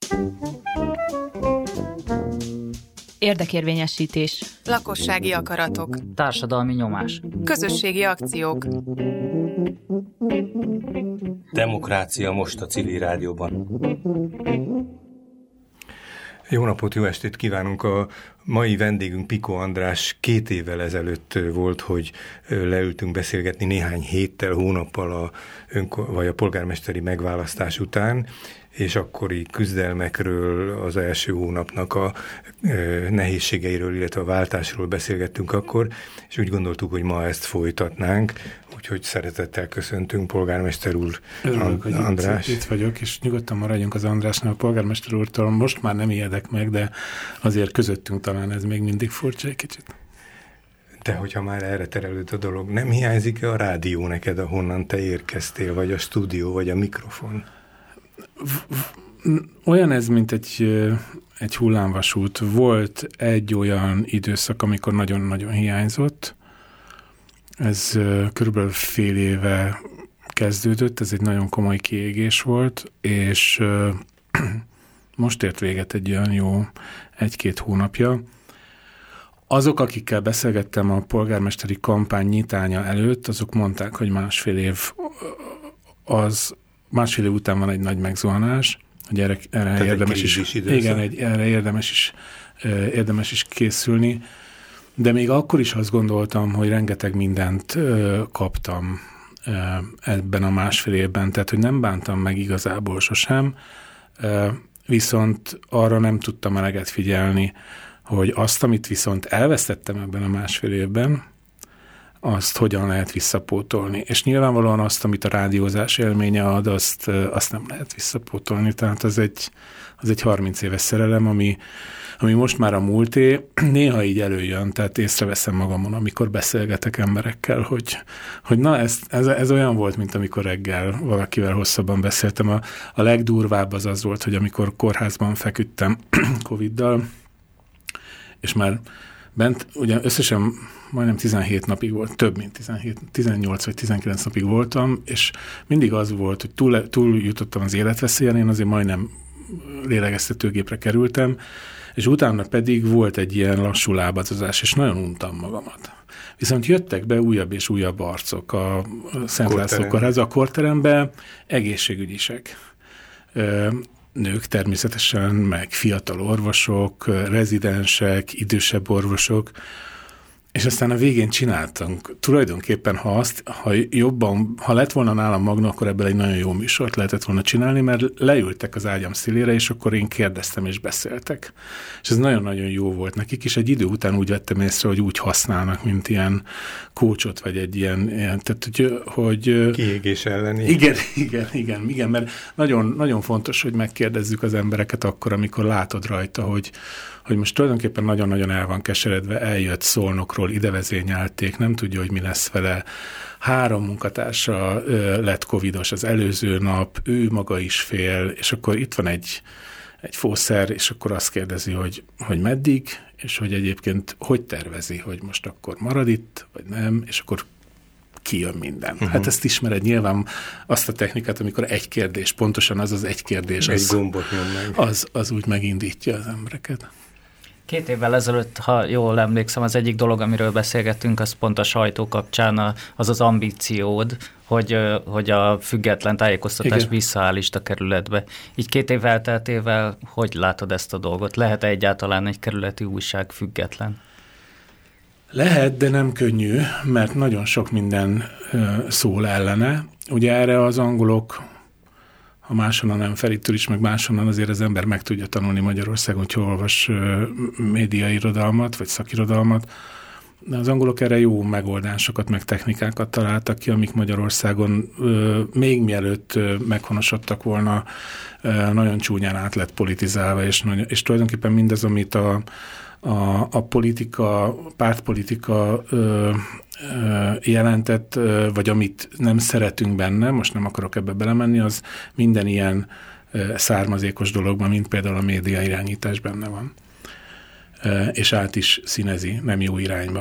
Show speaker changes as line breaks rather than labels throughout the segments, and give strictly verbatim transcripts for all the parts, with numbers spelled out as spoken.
Érdekérvényesítés.
Lakossági akaratok.
Társadalmi nyomás.
Közösségi akciók.
Demokrácia most a Civil Rádióban.
Jó napot, jó estét kívánunk! A mai vendégünk Piko András két évvel ezelőtt volt, hogy leültünk beszélgetni néhány héttel, hónappal a, önkor, vagy a polgármesteri megválasztás után, és akkori küzdelmekről, az első hónapnak a nehézségeiről, illetve a váltásról beszélgettünk akkor, és úgy gondoltuk, hogy ma ezt folytatnánk, úgyhogy szeretettel köszöntünk polgármester úr.
Örülök,
And-
hogy
András.
Itt, itt vagyok, és nyugodtan maradjunk az Andrásnál. A polgármester úrtól most már nem ijedek meg, de azért közöttünk talán ez még mindig furcsa egy kicsit.
De hogyha már erre terelőd a dolog, nem hiányzik-e a rádió neked, ahonnan te érkeztél, vagy a stúdió, vagy a mikrofon?
Olyan ez, mint egy, egy hullámvasút. Volt egy olyan időszak, amikor nagyon-nagyon hiányzott. Ez körülbelül fél éve kezdődött, ez egy nagyon komoly kiégés volt, és most ért véget egy olyan jó egy-két hónapja. Azok, akikkel beszélgettem a polgármesteri kampány nyitánya előtt, azok mondták, hogy másfél év az másfél év után van egy nagy megzuhanás, hogy erre, erre érdemes is, igen, egy, erre érdemes is, érdemes is készülni, de még akkor is azt gondoltam, hogy rengeteg mindent kaptam ebben a másfél évben, tehát hogy nem bántam meg igazából sosem, viszont arra nem tudtam eleget figyelni, hogy azt, amit viszont elvesztettem ebben a másfél évben, azt hogyan lehet visszapótolni. És nyilvánvalóan azt, amit a rádiózás élménye ad, azt, azt nem lehet visszapótolni. Tehát az egy, az egy harminc éves szerelem, ami, ami most már a múlté, néha így előjön, tehát észreveszem magamon, amikor beszélgetek emberekkel, hogy, hogy na, ez, ez, ez olyan volt, mint amikor reggel valakivel hosszabban beszéltem. A, a legdurvább az az volt, hogy amikor kórházban feküdtem Coviddal, és már bent, ugye összesen majdnem tizenhét napig volt, több mint tizenhét, tizennyolc vagy tizenkilenc napig voltam, és mindig az volt, hogy túl, túl jutottam az életveszélyen, én azért majdnem lélegeztetőgépre kerültem, és utána pedig volt egy ilyen lassú lábadozás, és nagyon untam magamat. Viszont jöttek be újabb és újabb arcok a Szent László kórházba, a kórterembe, egészségügyisek. Nők természetesen, meg fiatal orvosok, rezidensek, idősebb orvosok, és aztán a végén csináltunk. Tulajdonképpen, ha, azt, ha jobban, ha lett volna nálam magna, akkor ebből egy nagyon jó műsort lehetett volna csinálni, mert leültek az ágyam szélére, és akkor én kérdeztem és beszéltek. És ez nagyon-nagyon jó volt nekik, és egy idő után úgy vettem észre, hogy úgy használnak, mint ilyen coachot, vagy egy ilyen, ilyen tehát, hogy, hogy...
Kiégés elleni.
Igen, igen, igen, igen, mert nagyon, nagyon fontos, hogy megkérdezzük az embereket akkor, amikor látod rajta, hogy hogy most tulajdonképpen nagyon-nagyon el van keseredve, eljött Szolnokról, ide vezényelték, nem tudja, hogy mi lesz vele. Három munkatársa lett covidos az előző nap, ő maga is fél, és akkor itt van egy, egy fószer, és akkor azt kérdezi, hogy, hogy meddig, és hogy egyébként hogy tervezi, hogy most akkor marad itt, vagy nem, és akkor kijön minden. Uh-huh. Hát ezt ismered nyilván azt a technikát, amikor egy kérdés, pontosan az az egy kérdés,
egy
az,
gombot nyom meg.
Az, az úgy megindítja az embereket.
Két évvel ezelőtt, ha jól emlékszem, az egyik dolog, amiről beszélgettünk, az pont a sajtó kapcsán az az ambíciód, hogy, hogy a független tájékoztatás visszaállítsd a kerületbe. Így két év elteltével hogy látod ezt a dolgot? Lehet-e egyáltalán egy kerületi újság független?
Lehet, de nem könnyű, mert nagyon sok minden szól ellene. Ugye erre az angolok, ha máshonnan nem Ferittől is, meg máshonnan azért az ember meg tudja tanulni Magyarországon, hogy olvas médiairodalmat, vagy szakirodalmat. Az angolok erre jó megoldásokat, meg technikákat találtak ki, amik Magyarországon még mielőtt meghonosodtak volna, nagyon csúnyán át lett politizálva, és, nagyon, és tulajdonképpen mindez, amit a, a, a politika, pártpolitika ö, ö, jelentett, ö, vagy amit nem szeretünk benne, most nem akarok ebbe belemenni, az minden ilyen ö, származékos dologban, mint például a média irányítás benne van. Ö, és át is színezi, nem jó irányba.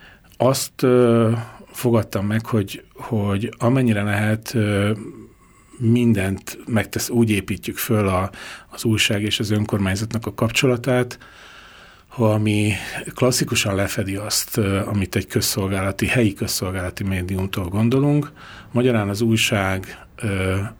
Azt ö, fogadtam meg, hogy, hogy amennyire lehet, ö, mindent megtesz, úgy építjük föl a, az újság és az önkormányzatnak a kapcsolatát, ami klasszikusan lefedi azt, amit egy közszolgálati, helyi közszolgálati médiumtól gondolunk. Magyarán az újságnak,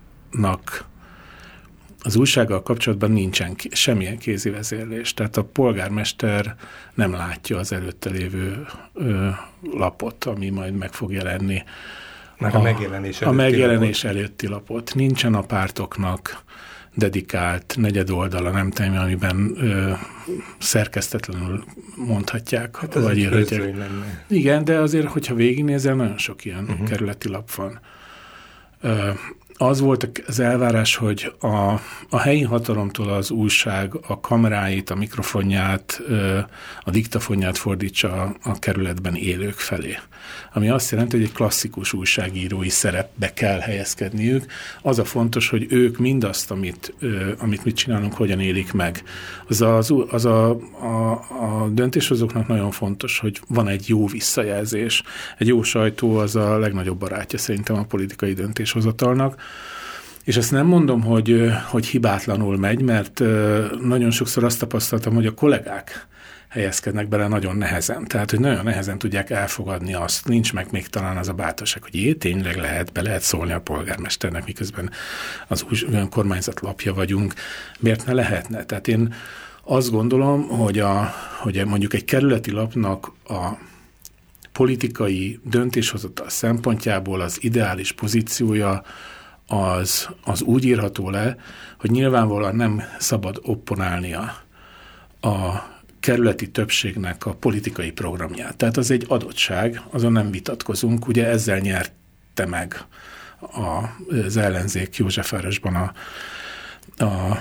az újsággal kapcsolatban nincsen semmilyen kézi vezérlés. Tehát a polgármester nem látja az előtte lévő ö, lapot, ami majd meg fog jelenni.
Már a, a megjelenés,
előtti, a megjelenés lapot. előtti lapot. Nincsen a pártoknak dedikált negyed oldala, nem tudom, amiben ö, szerkesztetlenül mondhatják.
Hát ez
vagy
írhatják.
Igen, de azért, hogyha végignézel, nagyon sok ilyen uh-huh. kerületi lap van. Ö, az volt az elvárás, hogy a, a helyi hatalomtól az újság a kameráit, a mikrofonját, a diktafonját fordítsa a, a kerületben élők felé. Ami azt jelenti, hogy egy klasszikus újságírói szerepbe kell helyezkedniük. Az a fontos, hogy ők mindazt, amit, amit mit csinálunk, hogyan élik meg. Az, az, az a, a, a döntéshozóknak nagyon fontos, hogy van egy jó visszajelzés. Egy jó sajtó az a legnagyobb barátja szerintem a politikai döntéshozatalnak. És ezt nem mondom, hogy, hogy hibátlanul megy, mert nagyon sokszor azt tapasztaltam, hogy a kollégák helyezkednek bele nagyon nehezen. Tehát, hogy nagyon nehezen tudják elfogadni azt. Nincs meg még talán az a bátorság, hogy jé, tényleg lehet, be lehet szólni a polgármesternek, miközben az önkormányzat lapja vagyunk. Miért ne lehetne? Tehát én azt gondolom, hogy, a, hogy mondjuk egy kerületi lapnak a politikai döntéshozatal szempontjából az ideális pozíciója az, az úgy írható le, hogy nyilvánvalóan nem szabad opponálnia a kerületi többségnek a politikai programját. Tehát az egy adottság, azon nem vitatkozunk. Ugye ezzel nyerte meg a, az ellenzék Józsefvárosban a, a,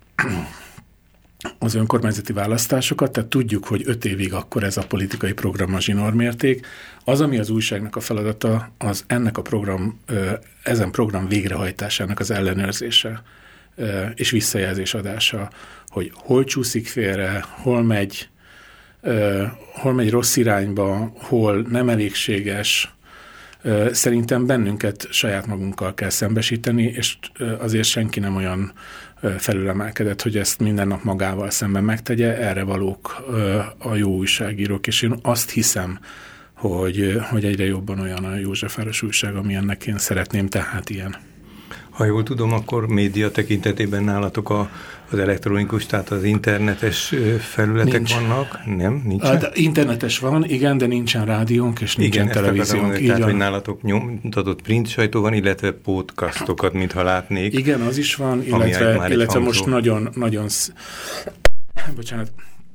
az önkormányzati választásokat, tehát tudjuk, hogy öt évig akkor ez a politikai program a zsinórmérték. Az, ami az újságnak a feladata, az ennek a program, ezen program végrehajtásának az ellenőrzése és visszajelzés adása, hogy hol csúszik félre, hol megy, hol megy rossz irányba, hol nem elégséges. Szerintem bennünket saját magunkkal kell szembesíteni, és azért senki nem olyan felülemelkedett, hogy ezt minden nap magával szemben megtegye, erre valók a jó újságírók, és én azt hiszem, hogy, hogy egyre jobban olyan a Józsefváros újság, amilyennek én szeretném, tehát ilyen.
Ha jól tudom, akkor média tekintetében nálatok a, az elektronikus, tehát az internetes felületek nincs. Vannak? Nem? Nincsen?
De internetes van, igen, de nincsen rádiónk, és nincsen igen, televíziónk.
Mondani, tehát, van. Hogy nálatok nyomtatott print sajtó van, illetve podcastokat, mintha látnék.
Igen, az is van, illetve, illetve most nagyon, nagyon, bocsánat,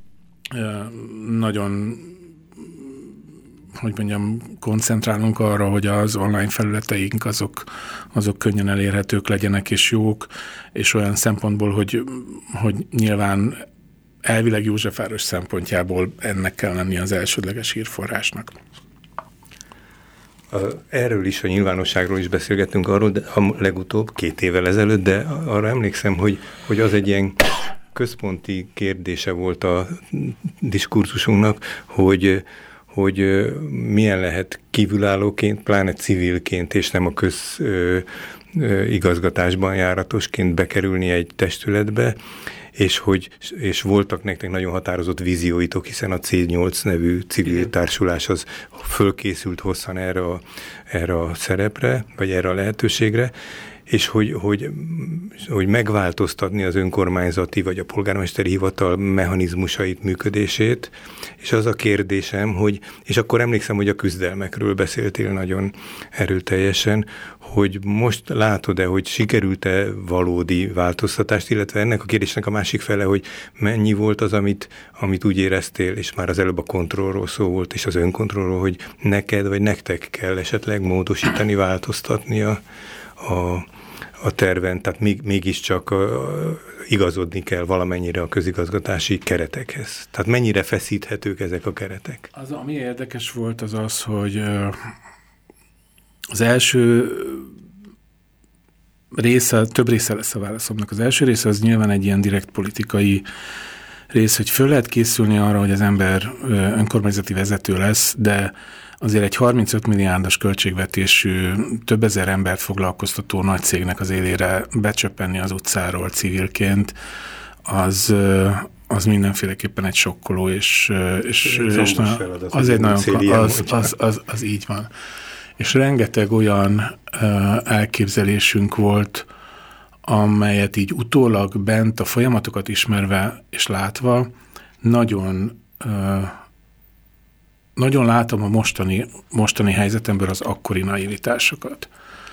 nagyon, hogy mondjam, koncentrálunk arra, hogy az online felületeink azok, azok könnyen elérhetők legyenek és jók, és olyan szempontból, hogy, hogy nyilván elvileg Józsefváros szempontjából ennek kell lenni az elsődleges hírforrásnak.
Erről is, a nyilvánosságról is beszélgettünk arról, de a legutóbb, két évvel ezelőtt, de arra emlékszem, hogy, hogy az egy ilyen központi kérdése volt a diskurzusunknak, hogy hogy milyen lehet kívülállóként, pláne civilként, és nem a közigazgatásban járatosként bekerülni egy testületbe, és hogy és voltak nektek nagyon határozott vízióitok, hiszen a cé nyolc nevű civil igen. társulás az fölkészült hosszan erre a, erre a szerepre, vagy erre a lehetőségre, és hogy, hogy, hogy megváltoztatni az önkormányzati vagy a polgármesteri hivatal mechanizmusait, működését, és az a kérdésem, hogy, és akkor emlékszem, hogy a küzdelmekről beszéltél nagyon erőteljesen, hogy most látod-e, hogy sikerült-e valódi változtatást, illetve ennek a kérdésnek a másik fele, hogy mennyi volt az, amit, amit úgy éreztél, és már az előbb a kontrollról szó volt, és az önkontrollról, hogy neked vagy nektek kell esetleg módosítani, változtatni a, a, a terven, tehát még, mégiscsak a, igazodni kell valamennyire a közigazgatási keretekhez. Tehát mennyire feszíthetők ezek a keretek?
Az, ami érdekes volt, az az, hogy az első része, több része lesz a válaszomnak. Az első része az nyilván egy ilyen direkt politikai rész, hogy föl lehet készülni arra, hogy az ember önkormányzati vezető lesz, de azért egy harmincöt milliárdos költségvetésű, több ezer embert foglalkoztató nagy cégnek az élére becsöppenni az utcáról civilként, az, az mindenféleképpen egy sokkoló, és, és, és na, feladat, az, egy nagyon, az, az, az, az így van. És rengeteg olyan elképzelésünk volt, amelyet így utólag bent a folyamatokat ismerve és látva nagyon, nagyon látom a mostani, mostani helyzetemből az akkori naivitásokat.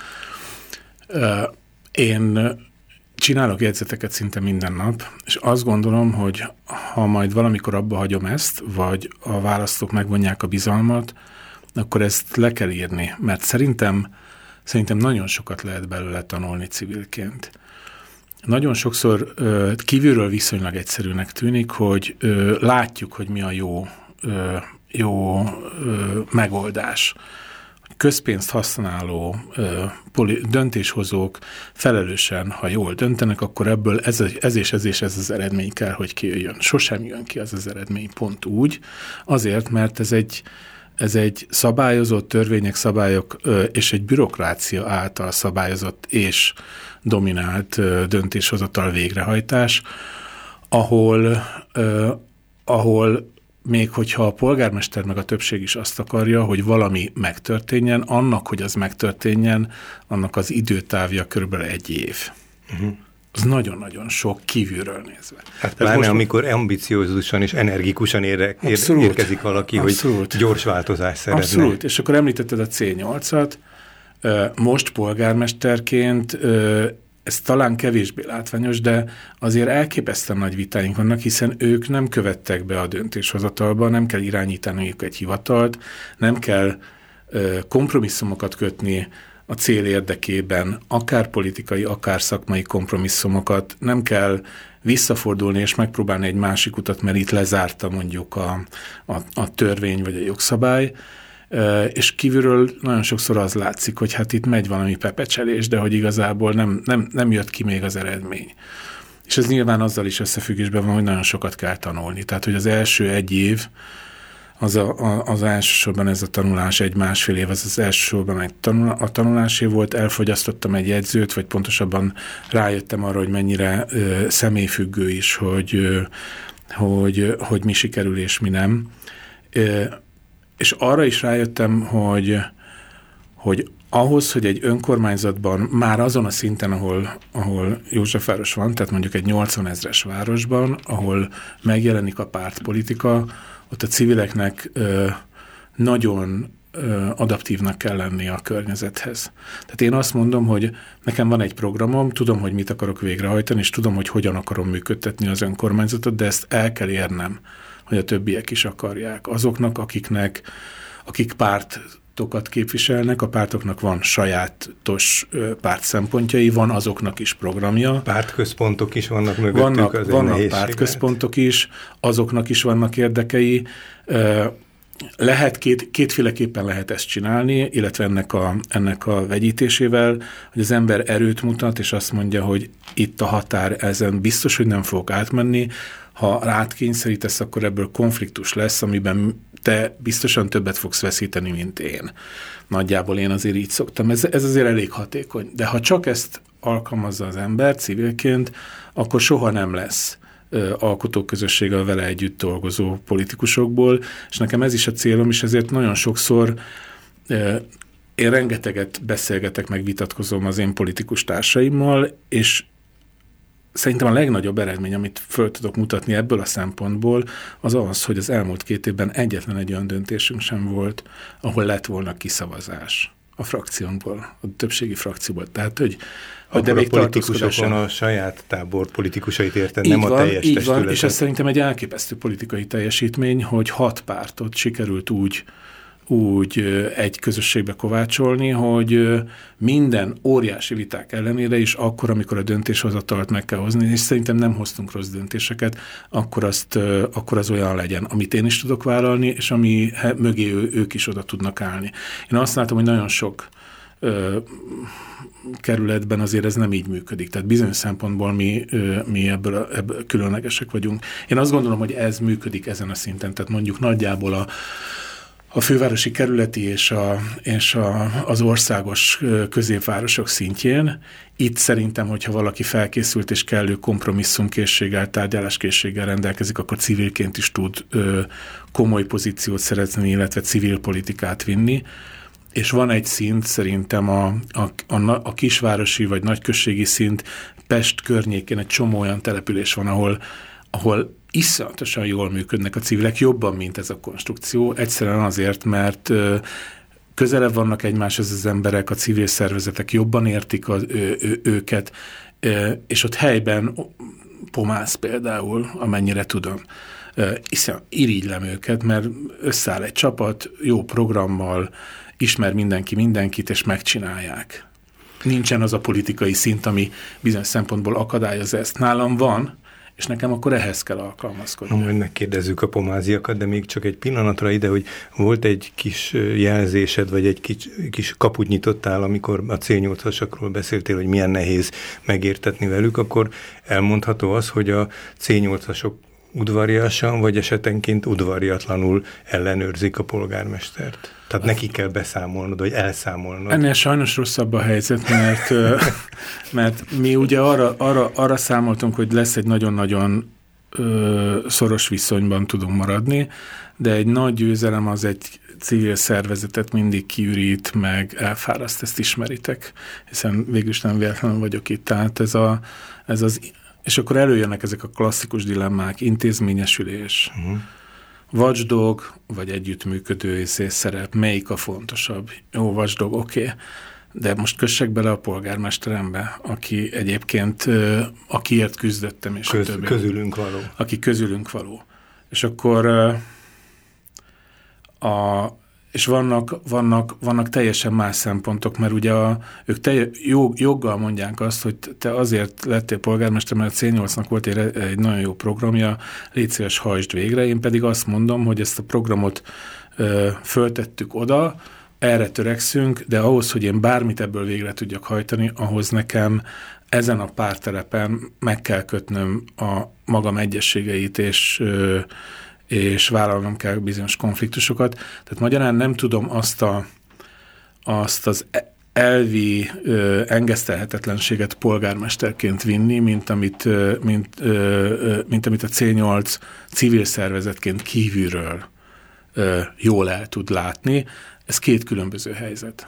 Én csinálok jegyzeteket szinte minden nap, és azt gondolom, hogy ha majd valamikor abba hagyom ezt, vagy a választók megvonják a bizalmat, akkor ezt le kell írni, mert szerintem, szerintem nagyon sokat lehet belőle tanulni civilként. Nagyon sokszor ö, kívülről viszonylag egyszerűnek tűnik, hogy ö, látjuk, hogy mi a jó, ö, jó ö, megoldás. Közpénzt használó ö, poli, döntéshozók felelősen, ha jól döntenek, akkor ebből ez, ez és ez és ez az eredmény kell, hogy kijöjjön. Sosem jön ki az az eredmény pont úgy, azért, mert ez egy Ez egy szabályozott törvények, szabályok ö, és egy bürokrácia által szabályozott és dominált ö, döntéshozatal végrehajtás, ahol, ö, ahol még hogyha a polgármester meg a többség is azt akarja, hogy valami megtörténjen, annak, hogy az megtörténjen, annak az időtávja körülbelül egy év. Uh-huh. Az nagyon-nagyon sok kívülről nézve.
Hát pláne most, amikor ambiciózusan és energikusan ér, abszolút, érkezik valaki, abszolút, hogy gyors változást szeretne.
Abszolút, és akkor említetted a cé nyolcat, most polgármesterként ez talán kevésbé látványos, de azért elképesztően nagy vitáink vannak, hiszen ők nem követtek be a döntéshozatalba, nem kell irányítaniuk egy hivatalt, nem kell kompromisszumokat kötni a cél érdekében, akár politikai, akár szakmai kompromisszumokat, nem kell visszafordulni és megpróbálni egy másik utat, mert itt lezárta mondjuk a, a, a törvény vagy a jogszabály, és kívülről nagyon sokszor az látszik, hogy hát itt megy valami pepecselés, de hogy igazából nem, nem, nem jött ki még az eredmény. És ez nyilván azzal is összefüggésben van, hogy nagyon sokat kell tanulni. Tehát, hogy az első egy év, Az, a, az elsősorban ez a tanulás, egy másfél év, az az elsősorban egy tanul, a tanulásé volt, elfogyasztottam egy jegyzőt, vagy pontosabban rájöttem arra, hogy mennyire ö, személyfüggő is, hogy, ö, hogy, hogy mi sikerül és mi nem. Ö, és arra is rájöttem, hogy, hogy ahhoz, hogy egy önkormányzatban, már azon a szinten, ahol, ahol Józsefváros van, tehát mondjuk egy nyolcvanezres városban, ahol megjelenik a pártpolitika, ott a civileknek ö, nagyon ö, adaptívnak kell lenni a környezethez. Tehát én azt mondom, hogy nekem van egy programom, tudom, hogy mit akarok végrehajtani, és tudom, hogy hogyan akarom működtetni az önkormányzatot, de ezt el kell érnem, hogy a többiek is akarják. Azoknak, akiknek, akik pártokat képviselnek, a pártoknak van sajátos párt szempontjai, van azoknak is programja.
Pártközpontok is vannak mögöttük.
Vannak, vannak pártközpontok is, azoknak is vannak érdekei. Lehet, két, kétféleképpen lehet ezt csinálni, illetve ennek a, ennek a vegyítésével, hogy az ember erőt mutat, és azt mondja, hogy itt a határ, ezen biztos, hogy nem fogok átmenni. Ha rátkényszerítesz, akkor ebből konfliktus lesz, amiben te biztosan többet fogsz veszíteni, mint én. Nagyjából én azért így szoktam. Ez, ez azért elég hatékony. De ha csak ezt alkalmazza az ember civilként, akkor soha nem lesz ö, alkotóközösséggel vele együtt dolgozó politikusokból, és nekem ez is a célom, és ezért nagyon sokszor ö, én rengeteget beszélgetek, meg vitatkozom az én politikus társaimmal, és szerintem a legnagyobb eredmény, amit föl tudok mutatni ebből a szempontból, az az, hogy az elmúlt két évben egyetlen egy olyan döntésünk sem volt, ahol lett volna kiszavazás a frakciónkból, a többségi frakcióból. Tehát, hogy, hogy de még
politikusokon a saját tábor politikusait érted, nem van, a teljes
így
testületet.
Van, és ez szerintem egy elképesztő politikai teljesítmény, hogy hat pártot sikerült úgy úgy egy közösségbe kovácsolni, hogy minden óriási viták ellenére is akkor, amikor a döntéshozatalt meg kell hozni, és szerintem nem hoztunk rossz döntéseket, akkor, azt, akkor az olyan legyen, amit én is tudok vállalni, és ami mögé ő, ők is oda tudnak állni. Én azt látom, hogy nagyon sok ö, kerületben azért ez nem így működik. Tehát bizonyos szempontból mi, ö, mi ebből, ebből különlegesek vagyunk. Én azt gondolom, hogy ez működik ezen a szinten, tehát mondjuk nagyjából a a fővárosi kerületi és, a, és a, az országos középvárosok szintjén. Itt szerintem, hogyha valaki felkészült és kellő kompromisszumkészséggel, tárgyaláskészséggel rendelkezik, akkor civilként is tud ö, komoly pozíciót szerezni, illetve civil politikát vinni. És van egy szint, szerintem a, a, a, a kisvárosi vagy nagyközségi szint, Pest környékén egy csomó olyan település van, ahol, ahol iszonyatosan jól működnek a civilek, jobban, mint ez a konstrukció. Egyszerűen azért, mert ö, közelebb vannak egymáshoz az emberek, a civil szervezetek jobban értik az, ő, ő, őket, ö, és ott helyben Pomász például, amennyire tudom, ö, iszonyat irigylem őket, mert összeáll egy csapat, jó programmal, ismer mindenki mindenkit, és megcsinálják. Nincsen az a politikai szint, ami bizonyos szempontból akadályozza ezt. Nálam van, és nekem akkor ehhez kell alkalmazkodni.
Na, majd megkérdezzük a pomáziakat, de még csak egy pillanatra ide, hogy volt egy kis jelzésed, vagy egy kis, kis kaput nyitottál, amikor a cé nyolcasakról beszéltél, hogy milyen nehéz megértetni velük, akkor elmondható az, hogy a cé nyolcasok udvariasan, vagy esetenként udvariatlanul ellenőrzik a polgármestert. Tehát neki kell beszámolnod, vagy elszámolnod.
Ennél sajnos rosszabb a helyzet, mert, mert mi ugye arra, arra, arra számoltunk, hogy lesz egy nagyon-nagyon ö, szoros viszonyban tudunk maradni, de egy nagy győzelem az egy civil szervezetet mindig kiürít, meg elfáraszt, ezt ismeritek, hiszen végülis nem véletlenül vagyok itt. Tehát ez, a, ez az, és akkor előjönnek ezek a klasszikus dilemmák, intézményesülés, uh-huh. watchdog, vagy együttműködő szerep, melyik a fontosabb? Jó, watchdog, oké, okay. De most kössek bele a polgármesterembe, aki egyébként, akiért küzdöttem, és
Köz,
a többi.
Közülünk való.
Aki közülünk való. És akkor a, és vannak, vannak, vannak teljesen más szempontok, mert ugye a, ők telj, jog, joggal mondják azt, hogy te azért lettél polgármester, mert a cé nyolcnak volt egy, egy nagyon jó programja, légy szíves, hajtsd végre, én pedig azt mondom, hogy ezt a programot ö, föltettük oda, erre törekszünk, de ahhoz, hogy én bármit ebből végre tudjak hajtani, ahhoz nekem ezen a pártelepen meg kell kötnöm a magam egyességeit, és ö, és vállalnom kell bizonyos konfliktusokat. Tehát magyarán nem tudom azt, a, azt az elvi ö, engesztelhetetlenséget polgármesterként vinni, mint amit, ö, mint, ö, mint amit a cé nyolc civil szervezetként kívülről ö, jól el tud látni. Ez két különböző helyzet.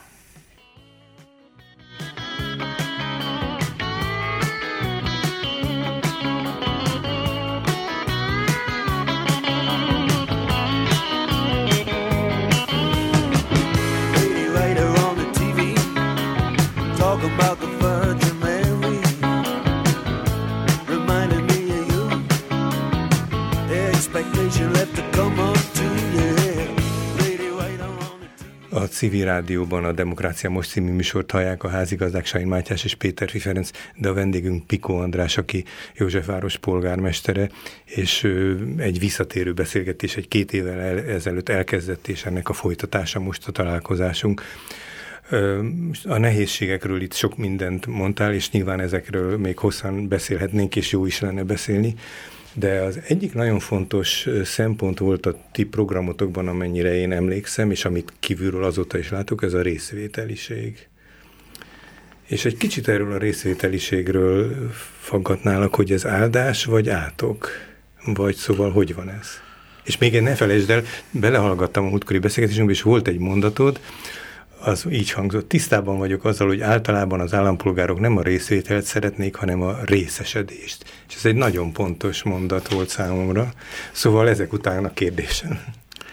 A Civil Rádióban a Demokrácia Most című műsort hallják, a házigazdák Sáin Mátyás és Péterfi Ferenc, de a vendégünk Piko András, aki Józsefváros polgármestere, és egy visszatérő beszélgetés egy két évvel ezelőtt elkezdett, és ennek a folytatása most a találkozásunk. A nehézségekről itt sok mindent mondtál, és nyilván ezekről még hosszan beszélhetnénk, és jó is lenne beszélni. De az egyik nagyon fontos szempont volt a ti programotokban, amennyire én emlékszem, és amit kívülről azóta is látok, ez a részvételiség. És egy kicsit erről a részvételiségről faggatnálak, hogy ez áldás vagy átok? Vagy szóval hogy van ez? És még én ne felejtsd el, belehallgattam a múltkori beszélgetésünkbe, és volt egy mondatod, az így hangzott, tisztában vagyok azzal, hogy általában az állampolgárok nem a részvételt szeretnék, hanem a részesedést. És ez egy nagyon pontos mondat volt számomra. Szóval ezek után a kérdésem.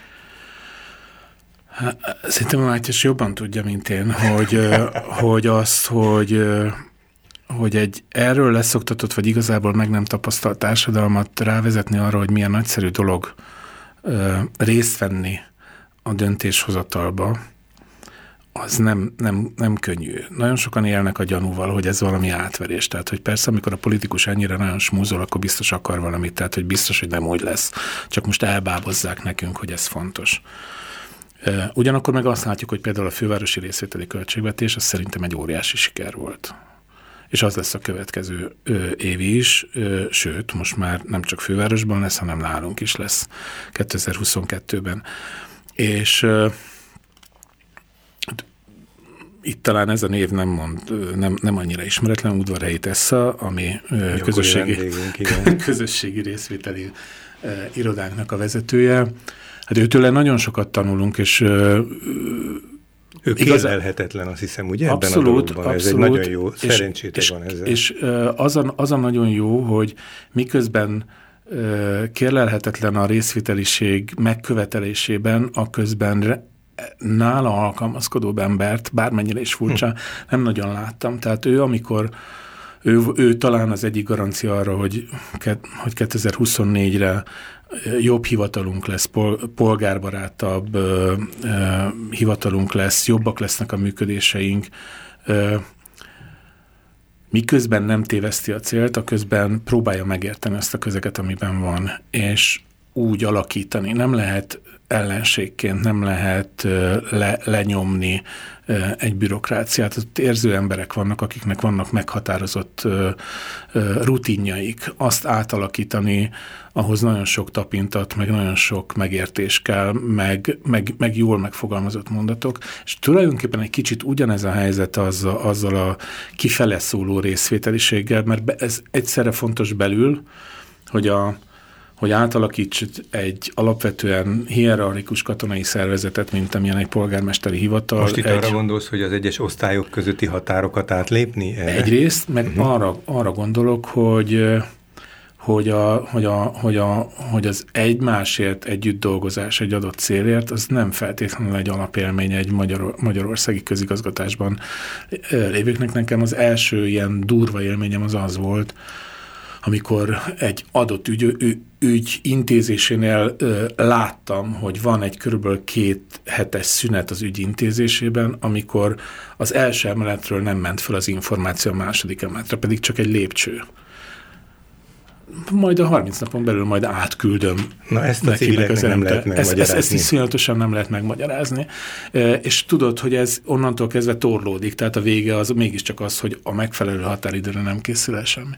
Szerintem a Mátyás jobban tudja, mint én, hogy, hogy azt, hogy, hogy egy erről leszoktatott, vagy igazából meg nem tapasztalt társadalmat rávezetni arra, hogy milyen nagyszerű dolog részt venni a döntéshozatalba, az nem, nem, nem könnyű. Nagyon sokan élnek a gyanúval, hogy ez valami átverés. Tehát, hogy persze, amikor a politikus ennyire nagyon smúzol, akkor biztos akar valamit. Tehát, hogy biztos, hogy nem úgy lesz. Csak most elbábozzák nekünk, hogy ez fontos. Ugyanakkor meg azt látjuk, hogy például a fővárosi részvételi költségvetés, az szerintem egy óriási siker volt. És az lesz a következő év is, sőt, most már nem csak fővárosban lesz, hanem nálunk is lesz kétezer-huszonkettőben. És uh, itt talán ez a név nem mond, nem, nem annyira ismeretlen, Udvarhelyi Tessa, ami uh, közösségi, közösségi részvételi uh, irodánknak a vezetője. Hát őtőle nagyon sokat tanulunk, és uh,
ő kérlelhetetlen, azt hiszem, ugye?
Abszolút,
ebben a
abszolút.
Ez egy nagyon jó, szerencsétek van ezzel.
És, és az, a, az a nagyon jó, hogy miközben kérlelhetetlen a részviteliség megkövetelésében, a közben nála alkalmazkodó embert, bármennyire is furcsa, hm. nem nagyon láttam. Tehát ő, amikor ő, ő talán az egyik garancia arra, hogy, hogy kétezer-huszonnégyre jobb hivatalunk lesz, polgárbarátabb ö, ö, hivatalunk lesz, jobbak lesznek a működéseink, ö, miközben nem téveszti a célt, a közben próbálja megérteni azt a közeget, amiben van, és úgy alakítani. Nem lehet ellenségként, nem lehet le, lenyomni egy bürokráciát. Ott érző emberek vannak, akiknek vannak meghatározott rutinjaik. Azt átalakítani, ahhoz nagyon sok tapintat, meg nagyon sok megértés kell, meg, meg, meg jól megfogalmazott mondatok. És tulajdonképpen egy kicsit ugyanez a helyzet azzal, azzal a kifele szóló részvételiséggel, mert be, ez egyszerre fontos belül, hogy a hogy átalakíts egy alapvetően hierarchikus katonai szervezetet, mint amilyen egy polgármesteri hivatal.
Most itt
egy,
arra gondolsz, hogy az egyes osztályok közötti határokat átlépni?
Egyrészt, meg uh-huh. arra, arra gondolok, hogy, hogy, a, hogy, a, hogy, a, hogy az egymásért együtt dolgozás egy adott célért, az nem feltétlenül egy alapélmény egy magyar, magyarországi közigazgatásban lévőknek. Nekem az első ilyen durva élményem az az volt, amikor egy adott ügy, ügy, ügy intézésénél ö, láttam, hogy van egy körülbelül két hetes szünet az ügy intézésében, amikor az első emeletről nem ment fel az információ a második emeletre, pedig csak egy lépcső. Majd a harminc napon belül majd átküldöm.
Na ezt a civileknek nem lehet megmagyarázni.
Ezt, ezt iszonyatosan nem lehet megmagyarázni. E, és tudod, hogy ez onnantól kezdve torlódik, tehát a vége az mégiscsak az, hogy a megfelelő határidőre nem készül el semmi.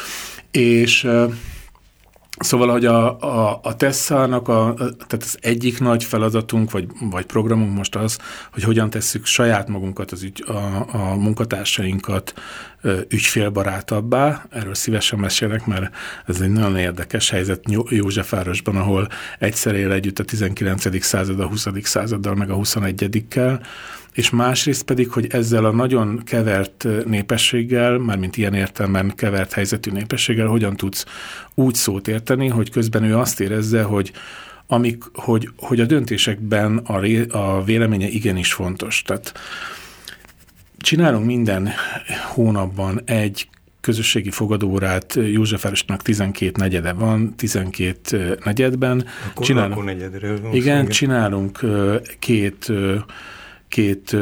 És szóval, hogy a, a, a Tessának a, tehát az egyik nagy feladatunk, vagy, vagy programunk most az, hogy hogyan tesszük saját magunkat, az ügy, a, a munkatársainkat ügyfélbarátabbá. Erről szívesen mesélek, mert ez egy nagyon érdekes helyzet Józsefvárosban, ahol egyszer él együtt a tizenkilencedik század, a huszadik századdal, meg a huszonegyedikkel, és másrészt pedig, hogy ezzel a nagyon kevert népességgel, mármint ilyen értelemben kevert helyzetű népességgel hogyan tudsz úgy szót érteni, hogy közben ő azt érezze, hogy, amik, hogy, hogy a döntésekben a, ré, a véleménye igenis fontos. Tehát csinálunk minden hónapban egy közösségi fogadórát, Józsefvárosnak tizenkét negyede van, tizenkét negyedben.
Akkor,
csinálunk,
akkor negyedről van.
Igen, csinálunk két... két,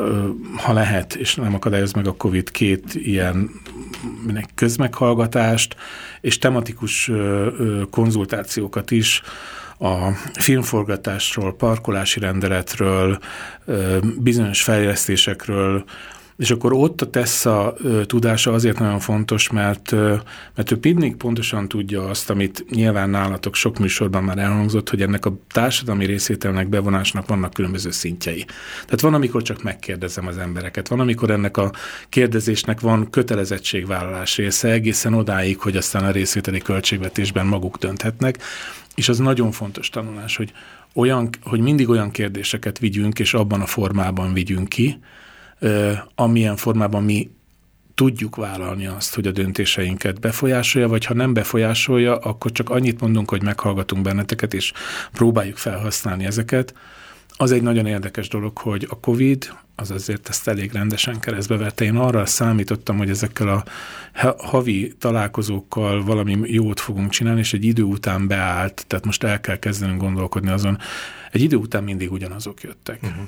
ha lehet, és nem akadályoz meg a Covid, két ilyen közmeghallgatást, és tematikus konzultációkat is a filmforgatásról, parkolási rendeletről, bizonyos fejlesztésekről, és akkor ott a Tessa tudása azért nagyon fontos, mert, mert ő mindig pontosan tudja azt, amit nyilván nálatok sok műsorban már elhangzott, hogy ennek a társadalmi részvételnek, bevonásnak vannak különböző szintjei. Tehát van, amikor csak megkérdezem az embereket, van, amikor ennek a kérdezésnek van kötelezettségvállalás része, egészen odáig, hogy aztán a részvételi költségvetésben maguk dönthetnek, és az nagyon fontos tanulás, hogy, olyan, hogy mindig olyan kérdéseket vigyünk, és abban a formában vigyünk ki, amilyen formában mi tudjuk vállalni azt, hogy a döntéseinket befolyásolja, vagy ha nem befolyásolja, akkor csak annyit mondunk, hogy meghallgatunk benneteket, és próbáljuk felhasználni ezeket. Az egy nagyon érdekes dolog, hogy a Covid, az azért ezt elég rendesen keresztbe vette. Én arra számítottam, hogy ezekkel a havi találkozókkal valami jót fogunk csinálni, és egy idő után beállt, tehát most el kell kezdenünk gondolkodni azon. Egy idő után mindig ugyanazok jöttek. Uh-huh.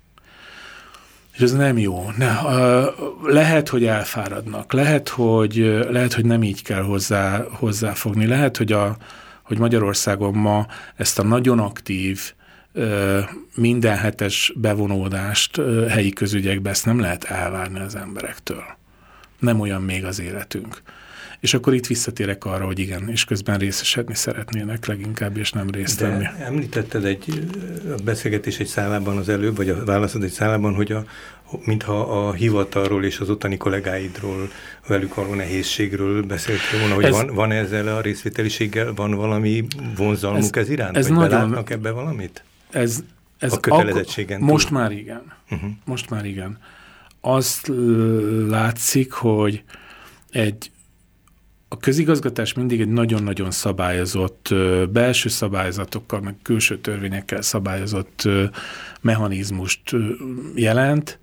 És ez nem jó. Ne, lehet, hogy elfáradnak, lehet, hogy, lehet, hogy nem így kell hozzá, hozzáfogni, lehet, hogy, a, hogy Magyarországon ma ezt a nagyon aktív, minden hetes bevonódást helyi közügyekbe, ezt nem lehet elvárni az emberektől. Nem olyan még az életünk. és akkor itt visszatérek arra, hogy igen, és közben részesedni szeretnének leginkább, és nem részt venni.
De említetted egy a beszélgetés egy szálában az előbb, vagy a válaszod egy szálában, hogy a, mintha a hivatalról és az ottani kollégáidról, velük való nehézségről beszéltél volna, hogy ez, van, van ezzel a részvételiséggel, van valami vonzalmuk ez, ez iránt? Ez vagy nagyon, belátnak ebbe valamit?
Ez, ez
a kötelezettségen
túl? Most már igen. Uh-huh. Most már igen. Azt látszik, hogy egy a közigazgatás mindig egy nagyon-nagyon szabályozott, belső szabályzatokkal, meg külső törvényekkel szabályozott mechanizmust jelent,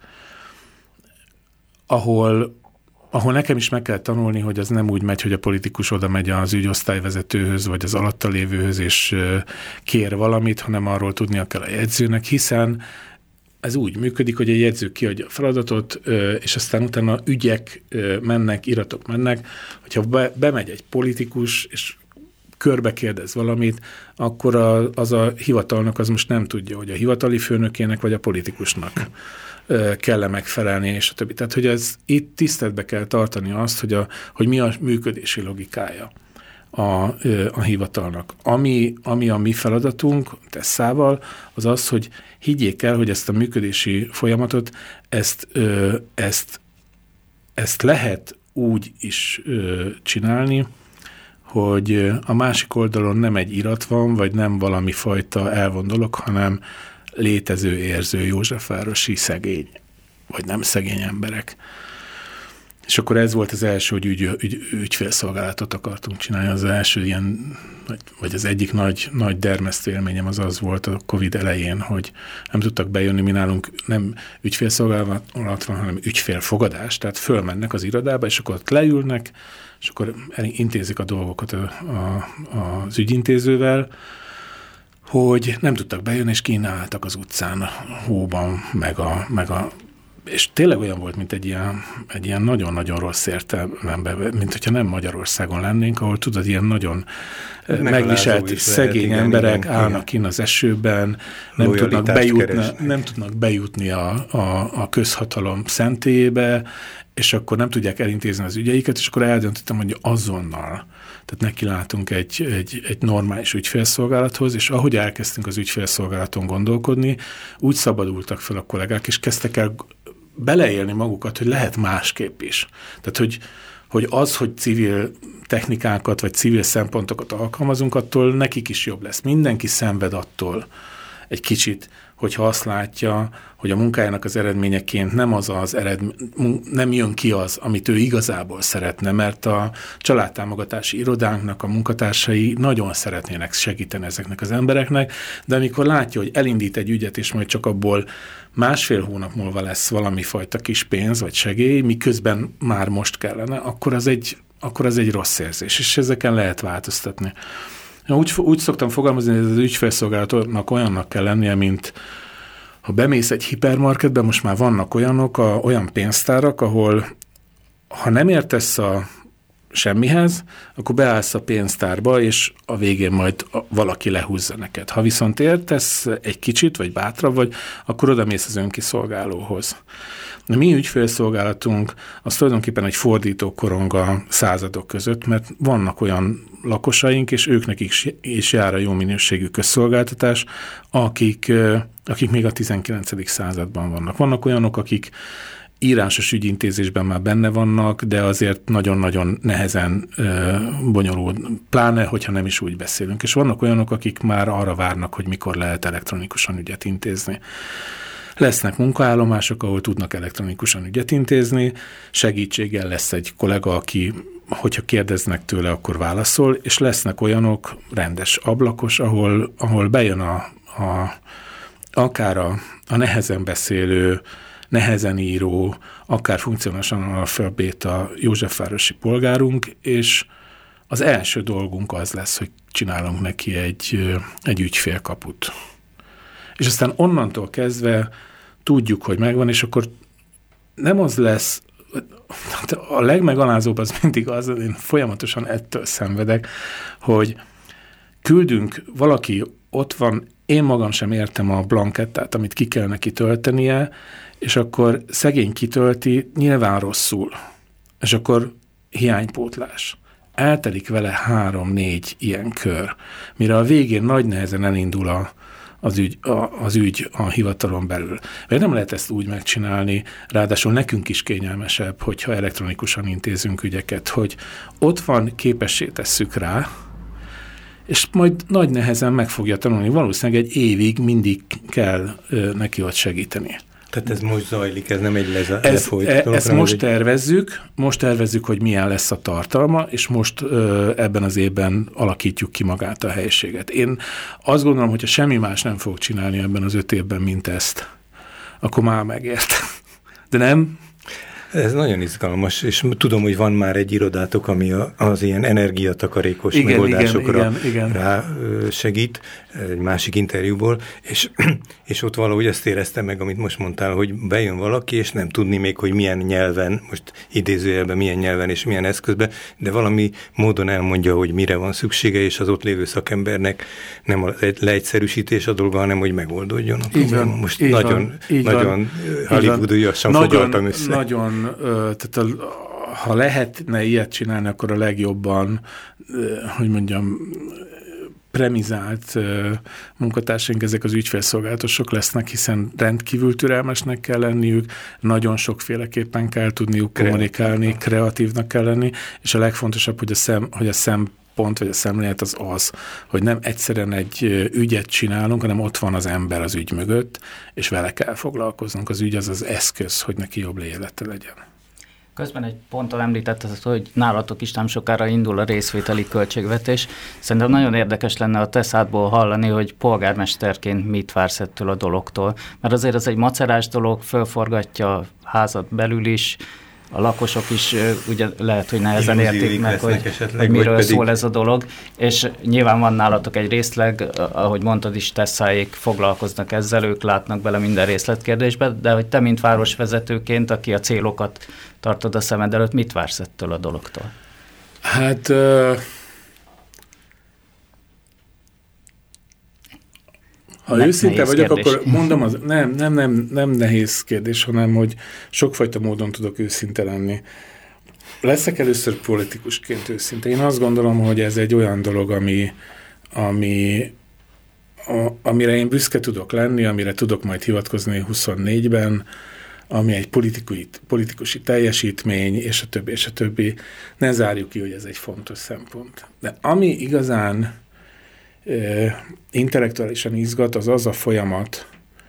ahol, ahol nekem is meg kell tanulni, hogy az nem úgy megy, hogy a politikus oda megy az ügyosztályvezetőhöz, vagy az alatta lévőhöz, és kér valamit, hanem arról tudnia kell a jegyzőnek, hiszen ez úgy működik, hogy a jegyző kiadja a feladatot, és aztán utána ügyek mennek, iratok mennek. Hogyha be, bemegy egy politikus, és körbe kérdez valamit, akkor a, az a hivatalnak az most nem tudja, hogy a hivatali főnökének vagy a politikusnak kell-e megfelelni, és a többi. Tehát, hogy ez itt tiszteletbe kell tartani azt, hogy, a, hogy mi a működési logikája a, a hivatalnak. Ami, ami a mi feladatunk Tesszával, az az, hogy higgyék el, hogy ezt a működési folyamatot, ezt, ezt, ezt lehet úgy is csinálni, hogy a másik oldalon nem egy irat van, vagy nem valami fajta elvont dolog, hanem létező, érző józsefvárosi szegény, vagy nem szegény emberek. És akkor ez volt az első, hogy ügy, ügy, ügyfélszolgálatot akartunk csinálni. Az első ilyen, vagy az egyik nagy, nagy dermesztő élményem az az volt a Covid elején, hogy nem tudtak bejönni, mi nálunk nem ügyfélszolgálat van, hanem ügyfélfogadás, tehát fölmennek az irodába, és akkor ott leülnek, és akkor intézik a dolgokat a, a, az ügyintézővel, hogy nem tudtak bejönni, és kínáltak az utcán, a hóban, meg a, meg a és tényleg olyan volt, mint egy ilyen, egy ilyen nagyon-nagyon rossz értelemben, mint hogyha nem Magyarországon lennénk, ahol tudod, ilyen nagyon megviselt szegény lehet, emberek igen, állnak kinn az esőben, nem tudnak, bejutni, nem tudnak bejutni a, a, a közhatalom szentélyébe, és akkor nem tudják elintézni az ügyeiket, és akkor eldöntöttem, hogy azonnal. Tehát neki látunk egy, egy, egy normális ügyfélszolgálathoz, és ahogy elkezdtünk az ügyfélszolgálaton gondolkodni, úgy szabadultak fel a kollégák, és kezdtek el beleélni magukat, hogy lehet másképp is. Tehát, hogy, hogy az, hogy civil technikákat, vagy civil szempontokat alkalmazunk, attól nekik is jobb lesz. Mindenki szenved attól egy kicsit, hogyha azt látja, hogy a munkájának az eredményeként nem az az eredmény, nem jön ki az, amit ő igazából szeretne, mert a családtámogatási irodánknak a munkatársai nagyon szeretnének segíteni ezeknek az embereknek, de amikor látja, hogy elindít egy ügyet, és majd csak abból másfél hónap múlva lesz valami fajta kis pénz vagy segély, miközben már most kellene, akkor az egy, akkor az egy rossz érzés, és ezeken lehet változtatni. Úgy, úgy szoktam fogalmazni, hogy az ügyfélszolgálatnak olyannak kell lennie, mint ha bemész egy hipermarketbe, most már vannak olyanok, a, olyan pénztárak, ahol ha nem értesz a semmihez, akkor beállsz a pénztárba, és a végén majd valaki lehúzza neked. Ha viszont értesz egy kicsit, vagy bátrabb vagy, akkor odamész az önkiszolgálóhoz. A mi ügyfélszolgálatunk az tulajdonképpen egy fordító korong a századok között, mert vannak olyan lakosaink, és őknek is jár a jó minőségű közszolgáltatás, akik, akik még a tizenkilencedik században vannak. Vannak olyanok, akik írásos ügyintézésben már benne vannak, de azért nagyon-nagyon nehezen ö, bonyolult, pláne, hogyha nem is úgy beszélünk. És vannak olyanok, akik már arra várnak, hogy mikor lehet elektronikusan ügyet intézni. Lesznek munkaállomások, ahol tudnak elektronikusan ügyet intézni, segítséggel lesz egy kollega, aki, hogyha kérdeznek tőle, akkor válaszol, és lesznek olyanok, rendes ablakos, ahol, ahol bejön a, a, akár a, a nehezen beszélő, nehezen író, akár funkcionálisan analfabéta józsefvárosi polgárunk, és az első dolgunk az lesz, hogy csinálunk neki egy, egy ügyfélkaput. És aztán onnantól kezdve tudjuk, hogy megvan, és akkor nem az lesz, a legmegalázóbb az mindig az, én folyamatosan ettől szenvedek, hogy küldünk, valaki ott van, én magam sem értem a blankettát, amit ki kell neki töltenie, és akkor szegény kitölti, nyilván rosszul, és akkor hiánypótlás. eltelik vele három-négy ilyen kör, mire a végén nagy nehezen elindul a, az, ügy, a, az ügy a hivatalon belül. Mert nem lehet ezt úgy megcsinálni, ráadásul nekünk is kényelmesebb, hogyha elektronikusan intézünk ügyeket, hogy ott van, képessé tesszük rá, és majd nagy nehezen meg fogja tanulni. Valószínűleg egy évig mindig kell ö, neki ott segíteni.
Tehát ez most zajlik, ez nem egy leza-
ez,
lefolyt.
Ezt most egy... tervezzük, most tervezzük, hogy milyen lesz a tartalma, és most ö, ebben az évben alakítjuk ki magát a helyiséget. Én azt gondolom, hogyha semmi más nem fog csinálni ebben az öt évben, mint ezt, akkor már megért. De nem...
Ez nagyon izgalmas, és tudom, hogy van már egy irodátok, ami a, az ilyen energiatakarékos igen, megoldásokra igen, igen, igen. rá segít, egy másik interjúból, és, és ott valahogy azt éreztem meg, amit most mondtál, hogy bejön valaki, és nem tudni még, hogy milyen nyelven, most idézőjelben milyen nyelven és milyen eszközben, de valami módon elmondja, hogy mire van szüksége, és az ott lévő szakembernek nem a leegyszerűsítés a dolga, hanem hogy megoldódjon a probléma. Most így nagyon, van, nagyon hollywoodiasan foglaltam össze.
Nagyon tehát a, ha lehetne ilyet csinálni, akkor a legjobban, hogy mondjam, premizált munkatársaink, ezek az ügyfélszolgálatosok lesznek, hiszen rendkívül türelmesnek kell lenniük, nagyon sokféleképpen kell tudniuk kommunikálni, kreatívnak kell lenni, és a legfontosabb, hogy a, szem, hogy a szempont, vagy a szemlélet az az, hogy nem egyszerűen egy ügyet csinálunk, hanem ott van az ember az ügy mögött, és vele kell foglalkoznunk. Az ügy az az eszköz, hogy neki jobb élete legyen.
Közben egy ponttal említett, hogy nálatok is nem sokára indul a részvételi költségvetés. Szerintem nagyon érdekes lenne a te szádból hallani, hogy polgármesterként mit vársz ettől a dologtól. Mert azért ez egy macerás dolog, fölforgatja a házat belül is, a lakosok is ugye lehet, hogy nehezen értik meg, hogy, esetleg, hogy miről pedig... szól ez a dolog, és nyilván van nálatok egy részleg, ahogy mondtad is, tesszáék foglalkoznak ezzel, ők látnak bele minden részletkérdésbe, de hogy te, mint városvezetőként, aki a célokat tartod a szemed előtt, mit vársz ettől a dologtól?
Hát... Uh... Ha ne, őszinte vagyok, kérdés. Akkor mondom, az, nem, nem, nem, nem nehéz kérdés, hanem hogy sokfajta módon tudok őszinte lenni. Leszek először politikusként őszinte. Én azt gondolom, hogy ez egy olyan dolog, ami, ami, a, amire én büszke tudok lenni, amire tudok majd hivatkozni huszonnégyben, ami egy politikai, politikusi teljesítmény, és a többi, és a többi. Ne zárjuk ki, hogy ez egy fontos szempont. De ami igazán intellektuálisan izgat, az az a folyamat,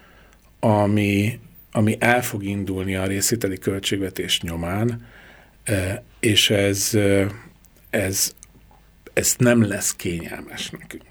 ami, ami el fog indulni a részvételi költségvetés nyomán, és ez, ez, ez nem lesz kényelmes nekünk.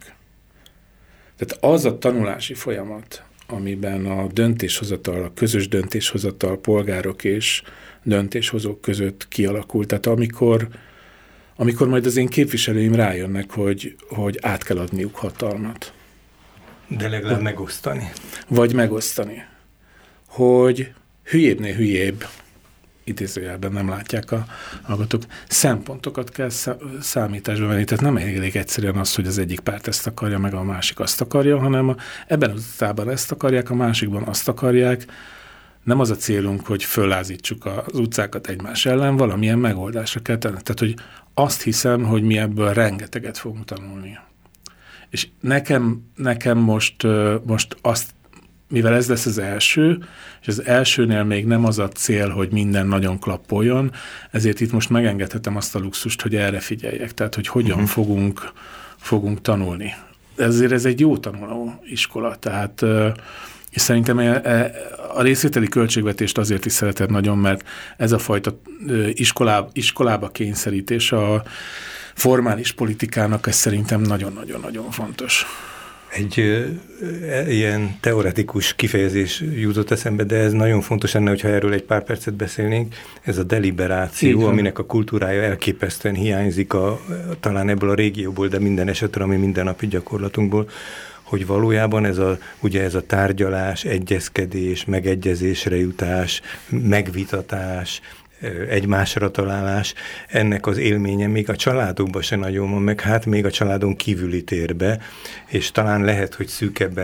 Tehát az a tanulási folyamat, amiben a döntéshozatal, a közös döntéshozatal polgárok és döntéshozók között kialakult. Tehát amikor amikor majd az én képviselőim rájönnek, hogy, hogy át kell adniuk hatalmat.
De legalább megosztani. Vagy
megosztani. Hogy hülyébbnél hülyébb, idézőjelben nem látják a hallgatók, szempontokat kell számításba venni. Tehát nem elég egyszerűen az, hogy az egyik párt ezt akarja, meg a másik azt akarja, hanem ebben az utcában ezt akarják, a másikban azt akarják. Nem az a célunk, hogy föllázítsuk az utcákat egymás ellen, valamilyen megoldásra kell tenni. Tehát, hogy azt hiszem, hogy mi ebből rengeteget fogunk tanulni. És nekem, nekem most, most azt, mivel ez lesz az első, és az elsőnél még nem az a cél, hogy minden nagyon klappoljon, ezért itt most megengedhetem azt a luxust, hogy erre figyeljek. Tehát, hogy hogyan uh-huh. fogunk, fogunk tanulni. Ezért ez egy jó tanuló iskola. Tehát... És szerintem a részvételi költségvetést azért is szereted nagyon, mert ez a fajta iskolába, iskolába kényszerítés a formális politikának, ez szerintem nagyon-nagyon-nagyon fontos.
Egy e, ilyen teoretikus kifejezés jutott eszembe, de ez nagyon fontos lenne, hogyha erről egy pár percet beszélnénk. Ez a deliberáció, aminek a kultúrája elképesztően hiányzik a, talán ebből a régióból, de minden esetre, ami mindennapi gyakorlatunkból, hogy valójában ez a, ugye ez a tárgyalás, egyezkedés, megegyezésre jutás, megvitatás, egymásra találás, ennek az élménye még a családokban se nagyon van, meg hát még a családon kívüli térbe, és talán lehet, hogy szűkebben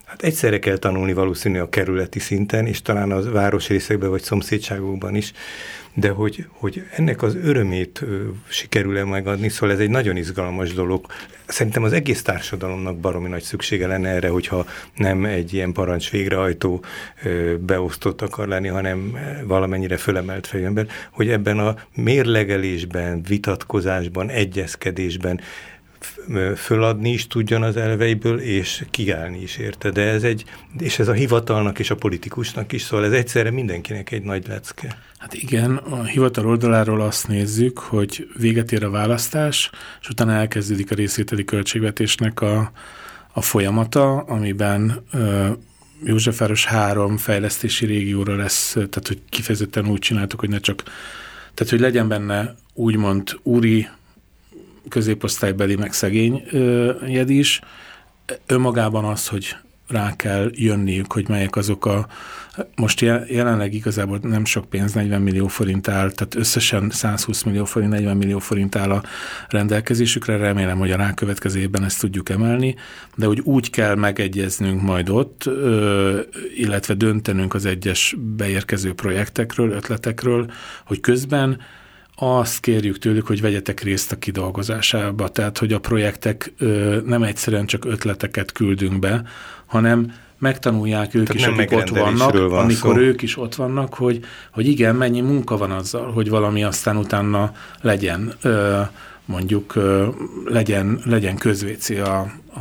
Hát egyszerre kell tanulni valószínűleg a kerületi szinten, és talán a városrészekben vagy szomszédságokban is, de hogy, hogy ennek az örömét ö, sikerül-e megadni, szóval ez egy nagyon izgalmas dolog. Szerintem az egész társadalomnak baromi nagy szüksége lenne erre, hogyha nem egy ilyen parancs végrehajtó ö, beosztott akar lenni, hanem valamennyire fölemelt fejű ember, hogy ebben a mérlegelésben, vitatkozásban, egyezkedésben föladni is tudjon az elveiből, és kiállni is érte. De ez egy, és ez a hivatalnak és a politikusnak is, szóval ez egyszerre mindenkinek egy nagy lecke.
Hát igen, a hivatal oldaláról azt nézzük, hogy véget ér a választás, és utána elkezdődik a részvételi költségvetésnek a, a folyamata, amiben ö, Józsefváros három fejlesztési régióra lesz, tehát hogy kifejezetten úgy csináltuk, hogy ne csak, tehát hogy legyen benne úgymond úri, középosztálybeli, meg szegény ö, jed is. Önmagában az, hogy rá kell jönniük, hogy melyek azok a, most jelenleg igazából nem sok pénz, negyven millió forint áll, tehát összesen százhúsz millió forint, negyven millió forint áll a rendelkezésükre, remélem, hogy a rákövetkező évben ezt tudjuk emelni, de hogy úgy kell megegyeznünk majd ott, ö, illetve döntenünk az egyes beérkező projektekről, ötletekről, hogy közben azt kérjük tőlük, hogy vegyetek részt a kidolgozásába, tehát hogy a projektek ö, nem egyszerűen csak ötleteket küldünk be, hanem megtanulják ők tehát is, akik ott vannak, van amikor szó. Ők is ott vannak, hogy, hogy igen, mennyi munka van azzal, hogy valami aztán utána legyen, ö, mondjuk ö, legyen, legyen közvécé a, a,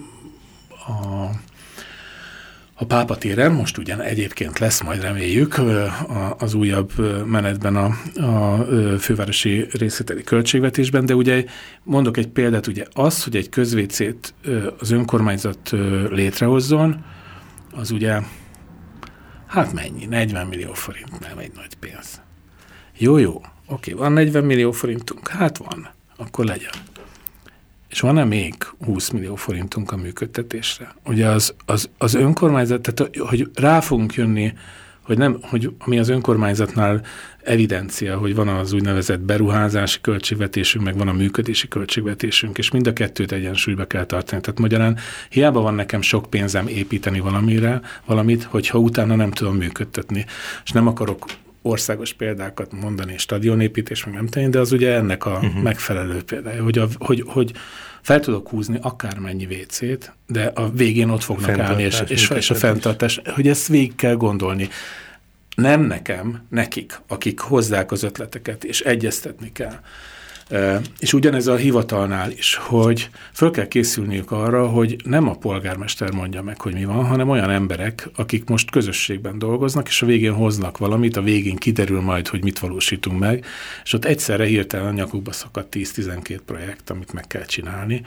a A Pápa téren, most ugyan egyébként lesz, majd reméljük az újabb menetben a, a fővárosi részvételi költségvetésben, de ugye mondok egy példát, ugye az, hogy egy közvécét az önkormányzat létrehozzon, az ugye, hát mennyi? negyven millió forint, nem egy nagy pénz. Jó, jó, oké, van negyven millió forintunk, hát van, akkor legyen. És van-e még húsz millió forintunk a működtetésre? Ugye az, az, az önkormányzat, tehát hogy rá fogunk jönni, hogy, nem, hogy ami az önkormányzatnál evidencia, hogy van az úgynevezett beruházási költségvetésünk, meg van a működési költségvetésünk, és mind a kettőt egyensúlyba kell tartani. Tehát magyarán hiába van nekem sok pénzem építeni valamire, valamit, hogyha utána nem tudom működtetni. És nem akarok országos példákat mondani, stadionépítés, meg nem tenni, de az ugye ennek a uh-huh. megfelelő példája, hogy, a, hogy, hogy fel tudok húzni akármennyi vécét, de a végén ott fognak állni, és, és, és a fenntartás, hogy ezt végig kell gondolni. Nem nekem, nekik, akik hozzák az ötleteket, és egyeztetni kell. És ugyanez a hivatalnál is, hogy föl kell készülniük arra, hogy nem a polgármester mondja meg, hogy mi van, hanem olyan emberek, akik most közösségben dolgoznak, és a végén hoznak valamit, a végén kiderül majd, hogy mit valósítunk meg, és ott egyszerre hirtelen a nyakukba szakadt tíz-tizenkét projekt, amit meg kell csinálni.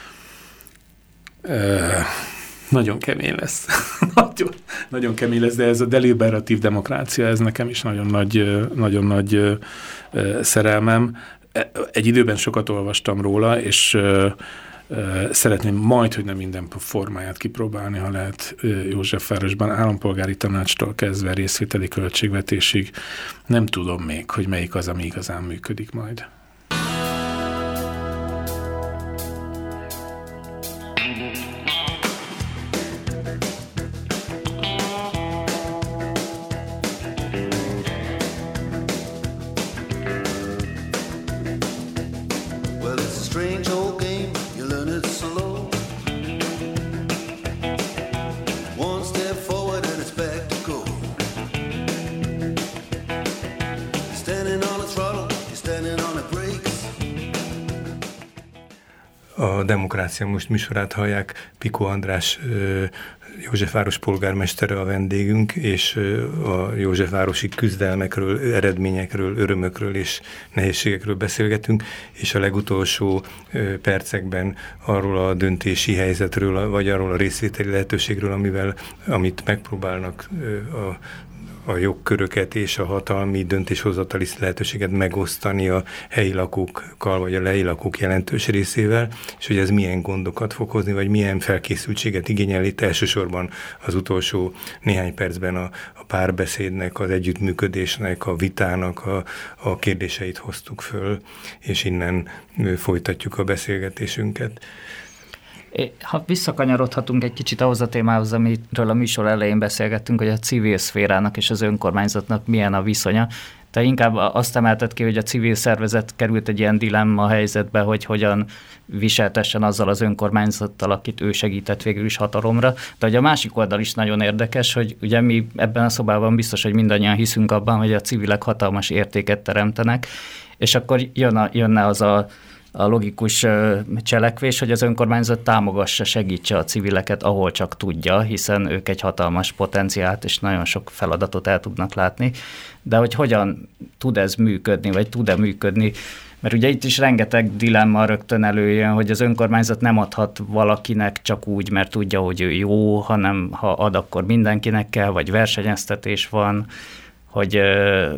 E- Nagyon kemény lesz. nagyon, nagyon kemény lesz, de ez a deliberatív demokrácia, ez nekem is nagyon nagy, nagyon nagy szerelmem. Egy időben sokat olvastam róla, és szeretném majd, hogy nem minden formáját kipróbálni, ha lehet Józsefvárosban állampolgári tanácstól kezdve részvételi költségvetésig. Nem tudom még, hogy melyik az, ami igazán működik majd.
A Demokrácia Most műsorát hallják, Piko András, Józsefváros polgármestere a vendégünk, és a józsefvárosi küzdelmekről, eredményekről, örömökről és nehézségekről beszélgetünk, és a legutolsó percekben arról a döntési helyzetről, vagy arról a részvételi lehetőségről, amivel, amit megpróbálnak a a jogköröket és a hatalmi döntéshozatali lehetőséget megosztani a helyi lakókkal, vagy a helyi lakók jelentős részével, és hogy ez milyen gondokat fog hozni, vagy milyen felkészültséget igényel. Itt elsősorban az utolsó néhány percben a, a párbeszédnek, az együttműködésnek, a vitának a, a kérdéseit hoztuk föl, és innen folytatjuk a beszélgetésünket.
Ha visszakanyarodhatunk egy kicsit ahhoz a témához, amiről a műsor elején beszélgettünk, hogy a civil szférának és az önkormányzatnak milyen a viszonya, te inkább azt emelted ki, hogy a civil szervezet került egy ilyen dilemma helyzetbe, hogy hogyan viseltessen azzal az önkormányzattal, akit ő segített végül is hatalomra. De hogy a másik oldal is nagyon érdekes, hogy ugye mi ebben a szobában biztos, hogy mindannyian hiszünk abban, hogy a civilek hatalmas értéket teremtenek, és akkor jön a, jönne az a a logikus cselekvés, hogy az önkormányzat támogassa, segítse a civileket, ahol csak tudja, hiszen ők egy hatalmas potenciált és nagyon sok feladatot el tudnak látni. De hogy hogyan tud ez működni, vagy tud-e működni, mert ugye itt is rengeteg dilemma rögtön előjön, hogy az önkormányzat nem adhat valakinek csak úgy, mert tudja, hogy ő jó, hanem ha ad, akkor mindenkinek kell, vagy versenyeztetés van, hogy uh,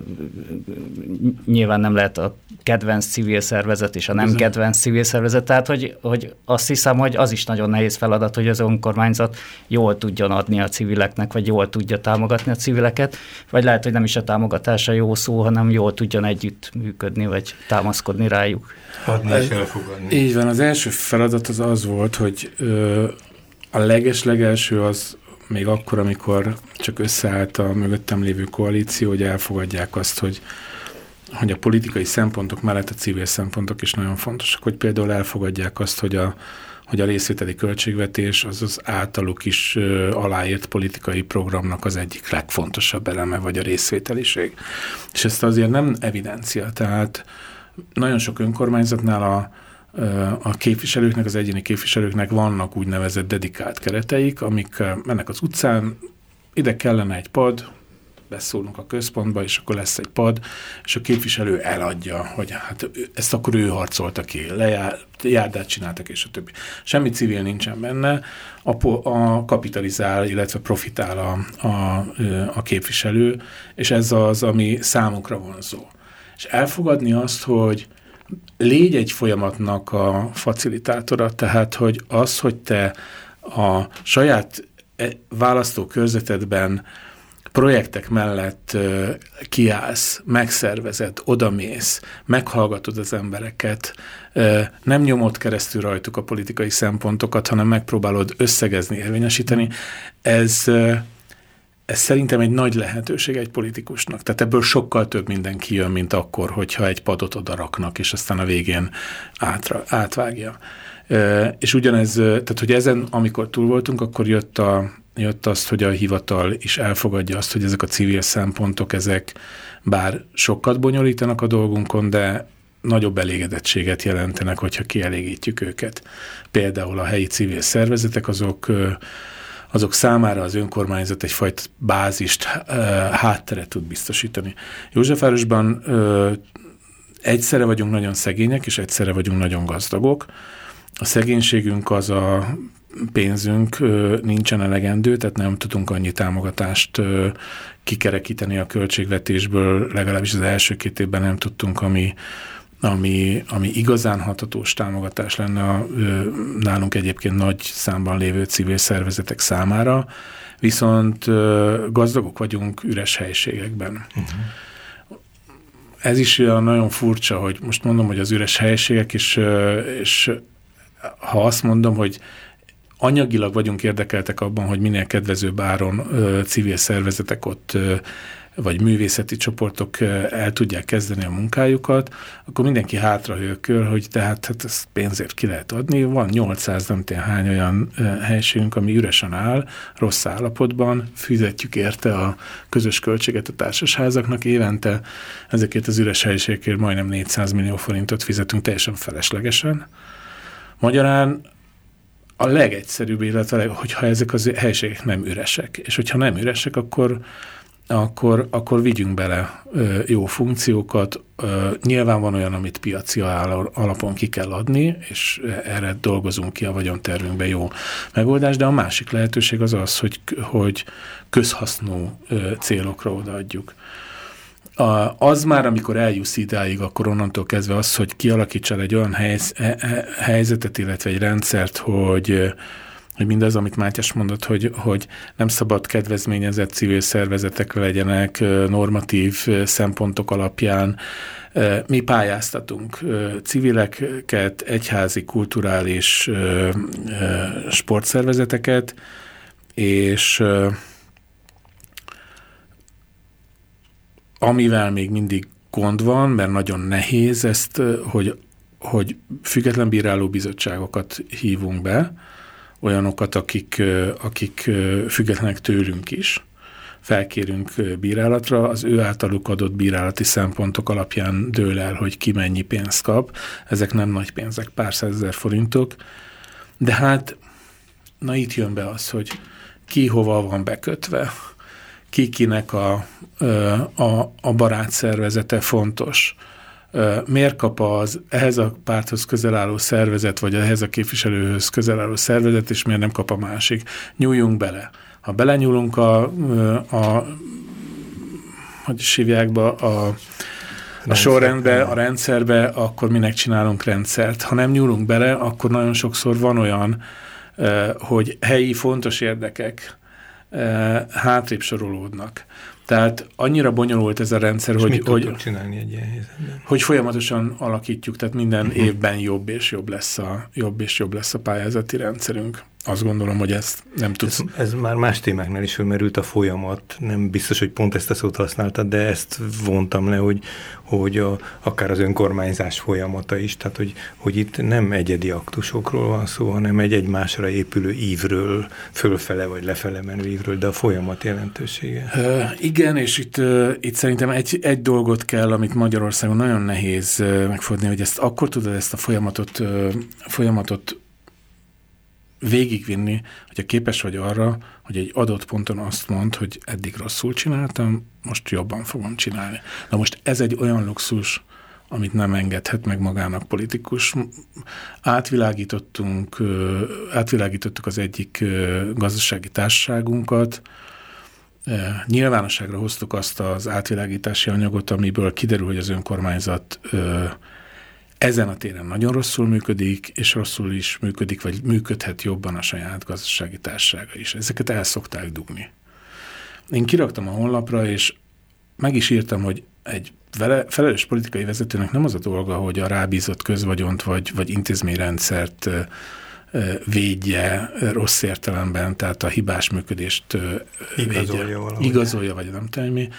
nyilván nem lehet a kedvenc civil szervezet és a nem kedvenc civil szervezet, tehát hogy, hogy azt hiszem, hogy az is nagyon nehéz feladat, hogy az önkormányzat jól tudjon adni a civileknek, vagy jól tudja támogatni a civileket, vagy lehet, hogy nem is a támogatása jó szó, hanem jól tudjon együtt működni, vagy támaszkodni rájuk.
Adni és elfogadni.
Így van, az első feladat az az volt, hogy ö, a leges-legelső az még akkor, amikor csak összeállt a mögöttem lévő koalíció, hogy elfogadják azt, hogy, hogy a politikai szempontok mellett a civil szempontok is nagyon fontosak, hogy például elfogadják azt, hogy a, hogy a részvételi költségvetés az az általuk is ö, aláírt politikai programnak az egyik legfontosabb eleme, vagy a részvételiség. És ezt azért nem evidencia, tehát nagyon sok önkormányzatnál a a képviselőknek, az egyéni képviselőknek vannak úgynevezett dedikált kereteik, amik mennek az utcán, ide kellene egy pad, beszólunk a központba, és akkor lesz egy pad, és a képviselő eladja, hogy hát ezt akkor ő harcolta ki, lejár, járdát csináltak, és a többi. Semmi civil nincsen benne, a, a kapitalizál, illetve profitál a, a, a képviselő, és ez az, ami számukra vonzó. És elfogadni azt, hogy légy egy folyamatnak a facilitátora, tehát, hogy az, hogy te a saját választókörzetedben projektek mellett kiállsz, megszervezed, odamész, meghallgatod az embereket, nem nyomod keresztül rajtuk a politikai szempontokat, hanem megpróbálod összegezni, érvényesíteni, ez... Ez szerintem egy nagy lehetőség egy politikusnak. Tehát ebből sokkal több minden kijön, mint akkor, hogyha egy padot oda raknak, és aztán a végén átra, átvágja. E, és ugyanez, tehát hogy ezen, amikor túl voltunk, akkor jött, a, jött azt, hogy a hivatal is elfogadja azt, hogy ezek a civil szempontok, ezek bár sokat bonyolítanak a dolgunkon, de nagyobb elégedettséget jelentenek, hogyha kielégítjük őket. Például a helyi civil szervezetek, azok azok számára az önkormányzat egyfajta bázist, hátteret tud biztosítani. Józsefvárosban ö, egyszerre vagyunk nagyon szegények, és egyszerre vagyunk nagyon gazdagok. A szegénységünk az a pénzünk ö, nincsen elegendő, tehát nem tudunk annyi támogatást ö, kikerekíteni a költségvetésből, legalábbis az első két évben nem tudtunk, ami Ami, ami igazán hatatós támogatás lenne a, nálunk egyébként nagy számban lévő civil szervezetek számára, viszont gazdagok vagyunk üres helyiségekben. Uh-huh. Ez is nagyon furcsa, hogy most mondom, hogy az üres helyiségek, és, és ha azt mondom, hogy anyagilag vagyunk érdekeltek abban, hogy minél kedvezőbb áron civil szervezetek ott vagy művészeti csoportok el tudják kezdeni a munkájukat, akkor mindenki hátrahőköl, hogy tehát hát ezt pénzért ki lehet adni. Van nyolcszáz nem tudom hány olyan helységünk, ami üresen áll, rossz állapotban, fizetjük érte a közös költséget a társasházaknak, évente ezekért az üres helyiségekért majdnem négyszáz millió forintot fizetünk teljesen feleslegesen. Magyarán a legegyszerűbb, illetve hogyha ezek az helyiségek nem üresek, és hogyha nem üresek, akkor Akkor, akkor vigyünk bele ö, jó funkciókat. Ö, nyilván van olyan, amit piaci alapon ki kell adni, és erre dolgozunk ki a vagyontervünkben jó megoldást, de a másik lehetőség az az, hogy, hogy közhasznú ö, célokra odaadjuk. A, az már, amikor eljussz idáig, akkor onnantól kezdve az, hogy kialakítsál egy olyan hely, helyzetet, illetve egy rendszert, hogy hogy mindaz, amit Mátyás mondott, hogy, hogy nem szabad kedvezményezett civil szervezetekre legyenek normatív szempontok alapján. Mi pályáztatunk civileket, egyházi, kulturális sportszervezeteket, és amivel még mindig gond van, mert nagyon nehéz ezt, hogy, hogy független bírálóbizottságokat hívunk be, olyanokat, akik, akik függetlenek tőlünk is, felkérünk bírálatra, az ő általuk adott bírálati szempontok alapján dől el, hogy ki mennyi pénzt kap. Ezek nem nagy pénzek, pár százezer forintok, de hát na itt jön be az, hogy ki hova van bekötve, ki kinek a, a, a barátszervezete fontos. Miért kap az ehhez a párthoz közel álló szervezet, vagy ehhez a képviselőhöz közel álló szervezet, és miért nem kap a másik? Nyúljunk bele. Ha belenyúlunk a, a hogy is hívják be, a, a sorrendbe, a rendszerbe, akkor minek csinálunk rendszert. Ha nem nyúlunk bele, akkor nagyon sokszor van olyan, hogy helyi fontos érdekek hátrébb sorolódnak. Tehát annyira bonyolult ez a rendszer, hogy, hogy,
csinálni egy ilyen helyzetben?
Hogy folyamatosan alakítjuk, tehát minden uh-huh. évben jobb és jobb lesz a, jobb és jobb lesz a pályázati rendszerünk. Azt gondolom, hogy ezt nem tudsz.
Ez, ez már más témáknál is felmerült a folyamat. Nem biztos, hogy pont ezt a szót használtad, de ezt vontam le, hogy, hogy a, akár az önkormányzás folyamata is, tehát hogy, hogy itt nem egyedi aktusokról van szó, hanem egy egymásra épülő ívről, fölfele vagy lefele menő ívről, de a folyamat jelentősége.
Uh, igen, és itt, uh, itt szerintem egy, egy dolgot kell, amit Magyarországon nagyon nehéz uh, megfogni, hogy ezt akkor tudod ezt a folyamatot, uh, folyamatot végigvinni, hogyha képes vagy arra, hogy egy adott ponton azt mond, hogy eddig rosszul csináltam, most jobban fogom csinálni. Na most ez egy olyan luxus, amit nem engedhet meg magának politikus. Átvilágítottunk, átvilágítottuk az egyik gazdasági társaságunkat, nyilvánosságra hoztuk azt az átvilágítási anyagot, amiből kiderül, hogy az önkormányzat ezen a téren nagyon rosszul működik, és rosszul is működik, vagy működhet jobban a saját gazdasági társasága is. Ezeket el szokták dugni. Én kiraktam a honlapra, és meg is írtam, hogy egy vele, felelős politikai vezetőnek nem az a dolga, hogy a rábízott közvagyont vagy, vagy intézményrendszert védje rossz értelemben, tehát a hibás működést
igazolja,
védje, igazolja vagy nem tudom mi.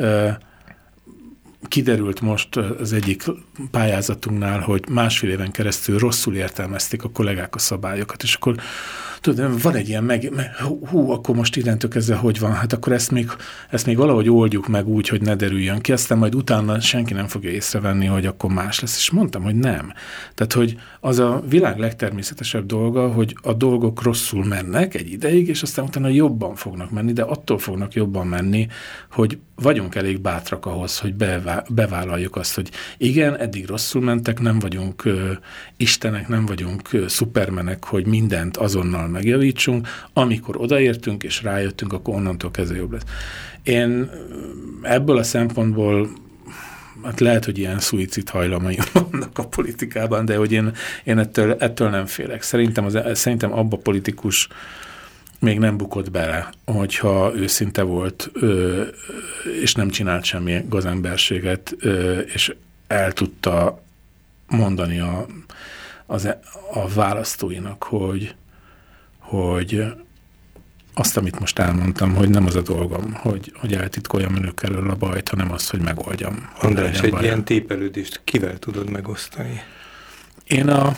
Kiderült most az egyik pályázatunknál, hogy másfél éven keresztül rosszul értelmezték a kollégák a szabályokat, és akkor tudod, van egy ilyen meg, meg hú, akkor most innentől kezdve hogy van, hát akkor ezt még, ezt még valahogy oldjuk meg úgy, hogy ne derüljön ki, aztán majd utána senki nem fogja észrevenni, hogy akkor más lesz, és mondtam, hogy nem. Tehát, hogy az a világ legtermészetesebb dolga, hogy a dolgok rosszul mennek egy ideig, és aztán utána jobban fognak menni, de attól fognak jobban menni, hogy vagyunk elég bátrak ahhoz, hogy bevállaljuk azt, hogy igen, eddig rosszul mentek, nem vagyunk uh, istenek, nem vagyunk uh, szupermenek, hogy mindent azonnal megjavítsunk. Amikor odaértünk és rájöttünk, akkor onnantól kezdve jobb lesz. Én ebből a szempontból, hát lehet, hogy ilyen szuicid hajlamaim vannak a politikában, de hogy én, én ettől, ettől nem félek. Szerintem, az, szerintem abba politikus még nem bukott bele, hogyha őszinte volt, ö, és nem csinált semmi gazemberséget, ö, és el tudta mondani a, az, a választóinak, hogy, hogy azt, amit most elmondtam, hogy nem az a dolgom, hogy, hogy eltitkoljam önök elől a bajt, hanem azt, hogy megoldjam.
András, egy bajom. Ilyen tépelődést kivel tudod megosztani?
Én a...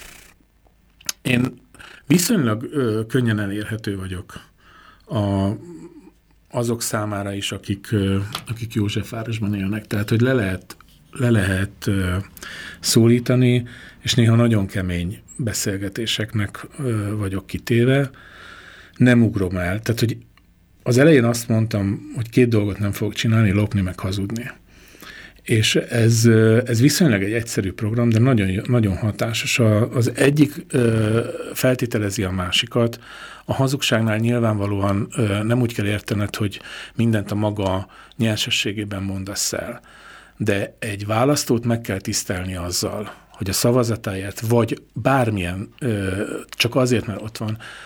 Én viszonylag ö, könnyen elérhető vagyok a, azok számára is, akik, ö, akik Józsefvárosban élnek. Tehát, hogy le lehet, le lehet ö, szólítani, és néha nagyon kemény beszélgetéseknek ö, vagyok kitéve. Nem ugrom el. Tehát, hogy az elején azt mondtam, hogy két dolgot nem fogok csinálni, lopni meg hazudni. És ez, ez viszonylag egy egyszerű program, de nagyon, nagyon hatásos. Az egyik feltételezi a másikat. A hazugságnál nyilvánvalóan nem úgy kell értened, hogy mindent a maga nyersességében mondasz el. De egy választót meg kell tisztelni azzal, hogy a szavazatáért, vagy bármilyen, csak azért, mert ott van,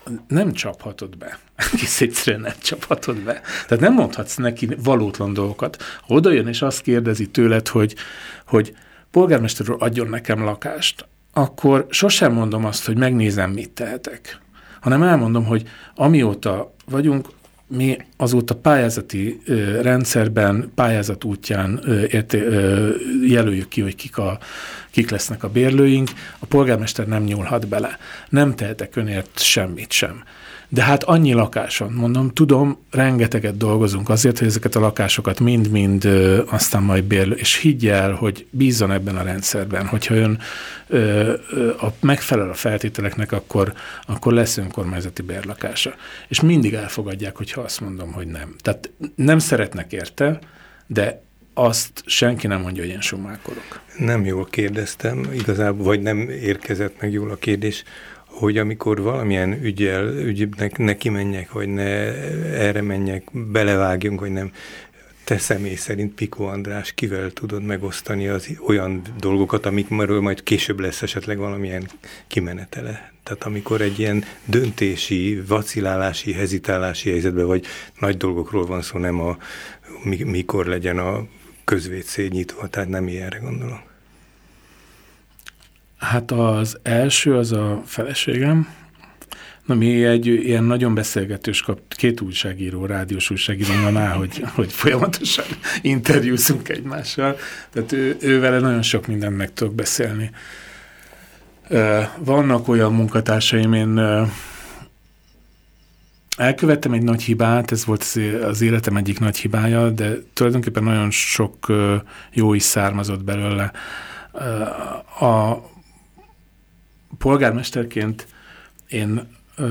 nem csaphatod be. Kész egyszerűen nem csaphatod be. Tehát nem mondhatsz neki valótlan dolgokat. Ha oda jön és azt kérdezi tőled, hogy, hogy polgármester úr, adjon nekem lakást, akkor sosem mondom azt, hogy megnézem, mit tehetek. Hanem elmondom, hogy amióta vagyunk, mi azóta pályázati ö, rendszerben, pályázat útján ö, érté, ö, jelöljük ki, hogy kik, a, kik lesznek a bérlőink, a polgármester nem nyúlhat bele. Nem tehetek önért semmit sem. De hát annyi lakáson, mondom, tudom, rengeteget dolgozunk azért, hogy ezeket a lakásokat mind-mind ö, aztán majd bérlő, és higgy el, hogy bízzon ebben a rendszerben, hogyha ön ö, ö, a megfelel a feltételeknek, akkor, akkor lesz önkormányzati bérlakása. És mindig elfogadják, hogyha azt mondom, hogy nem. Tehát nem szeretnek érte, de azt senki nem mondja, hogy én sumálkodok.
Nem jól kérdeztem, igazából, vagy nem érkezett meg jól a kérdés, hogy amikor valamilyen ügyel, ügynek neki menjek, vagy ne erre menjek, belevágjunk, vagy nem, te személy szerint, Piko András, kivel tudod megosztani az olyan dolgokat, amikről majd később lesz esetleg valamilyen kimenetele? Tehát amikor egy ilyen döntési, vacilálási, hezitálási helyzetben, vagy nagy dolgokról van szó, nem a mikor legyen a közvécé nyitva, tehát nem ilyenre gondolom. Hát
az első az a feleségem. Na, mi egy ilyen nagyon beszélgetős kap, két újságíró, rádiós újságíró van már, hogy, hogy folyamatosan interjúzunk egymással. Tehát ő, ő vele nagyon sok mindent meg tudok beszélni. Vannak olyan munkatársaim, én elkövettem egy nagy hibát, ez volt az életem egyik nagy hibája, de tulajdonképpen nagyon sok jó is származott belőle. A polgármesterként én ö,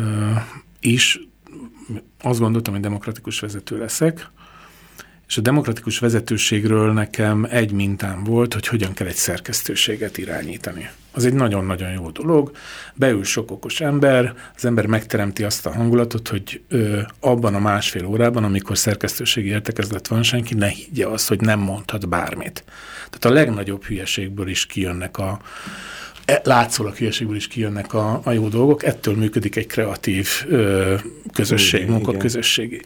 is azt gondoltam, hogy demokratikus vezető leszek, és a demokratikus vezetőségről nekem egy mintám volt, hogy hogyan kell egy szerkesztőséget irányítani. Az egy nagyon-nagyon jó dolog. Beül sok okos ember, az ember megteremti azt a hangulatot, hogy ö, abban a másfél órában, amikor szerkesztőségi értekezlet van, senki ne higgye azt, hogy nem mondhat bármit. Tehát a legnagyobb hülyeségből is kijönnek a látszólag hülyeségből is kijönnek a, a jó dolgok, ettől működik egy kreatív ö, közösség, igen, munkaközösség.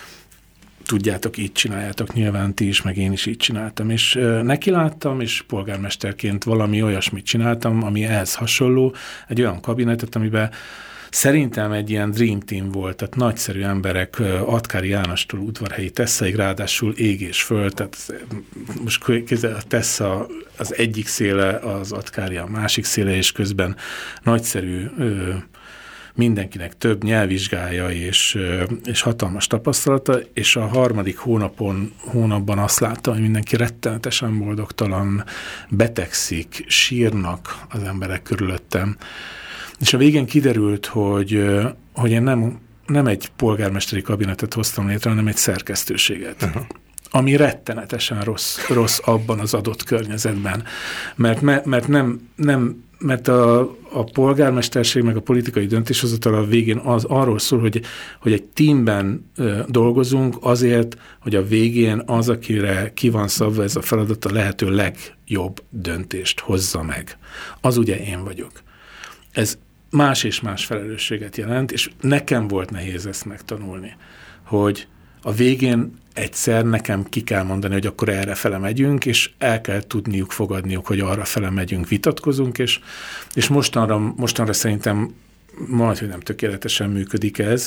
Tudjátok, így csináljátok, nyilván ti is, meg én is így csináltam, és ö, neki láttam, és polgármesterként valami olyasmit csináltam, ami ehhez hasonló, egy olyan kabinetet, amiben szerintem egy ilyen dream team volt, tehát nagyszerű emberek, Atkári Jánostól Udvarhelyi Tesszaig, ráadásul ég és föld, tehát most kézzel a Tessa az egyik széle, az Atkári a másik széle, és közben nagyszerű, mindenkinek több nyelvvizsgája és, és hatalmas tapasztalata, és a harmadik hónapon, hónapban azt láttam, hogy mindenki rettenetesen boldogtalan, betegszik, sírnak az emberek körülöttem. És a végén kiderült, hogy, hogy én nem, nem egy polgármesteri kabinetet hoztam létre, hanem egy szerkesztőséget. Uh-huh. Ami rettenetesen rossz, rossz abban az adott környezetben. Mert, mert, nem, nem, mert a, a polgármesterség meg a politikai döntéshozatal a végén az arról szól, hogy, hogy egy teamben ö, dolgozunk azért, hogy a végén az, akire ki van szabva ez a feladat, a lehető legjobb döntést hozza meg. Az ugye én vagyok. Ez más és más felelősséget jelent, és nekem volt nehéz ezt megtanulni, hogy a végén egyszer nekem ki kell mondani, hogy akkor erre fele megyünk, és el kell tudniuk fogadniuk, hogy arra fele megyünk, vitatkozunk, és, és mostanra, mostanra szerintem majd, hogy nem tökéletesen működik ez,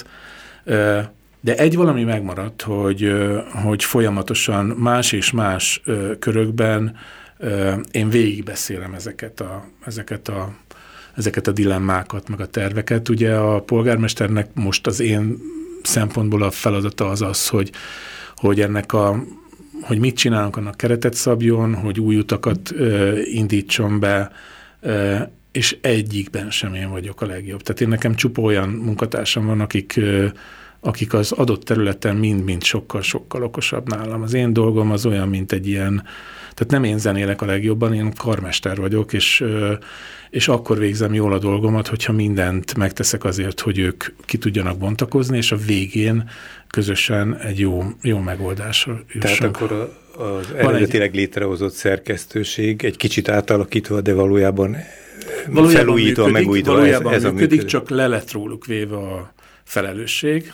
de egy valami megmaradt, hogy, hogy folyamatosan más és más körökben én végigbeszélem ezeket a, ezeket a ezeket a dilemmákat, meg a terveket. Ugye a polgármesternek most az én szempontból a feladata az az, hogy, hogy ennek a, hogy mit csinálunk, annak keretet szabjon, hogy új utakat ö, indítson be, ö, és egyikben sem én vagyok a legjobb. Tehát én nekem csupa olyan munkatársam van, akik, ö, akik az adott területen mind-mind sokkal-sokkal okosabb nálam. Az én dolgom az olyan, mint egy ilyen, tehát nem én zenélek a legjobban, én karmester vagyok, és, és akkor végzem jól a dolgomat, hogyha mindent megteszek azért, hogy ők ki tudjanak bontakozni, és a végén közösen egy jó, jó megoldásra jussanak.
Tehát akkor a, az eredetileg létrehozott szerkesztőség egy kicsit átalakítva, de valójában felújítva, megújítva.
Valójában
ez, ez
működik,
működik,
csak le lett róluk véve a felelősség.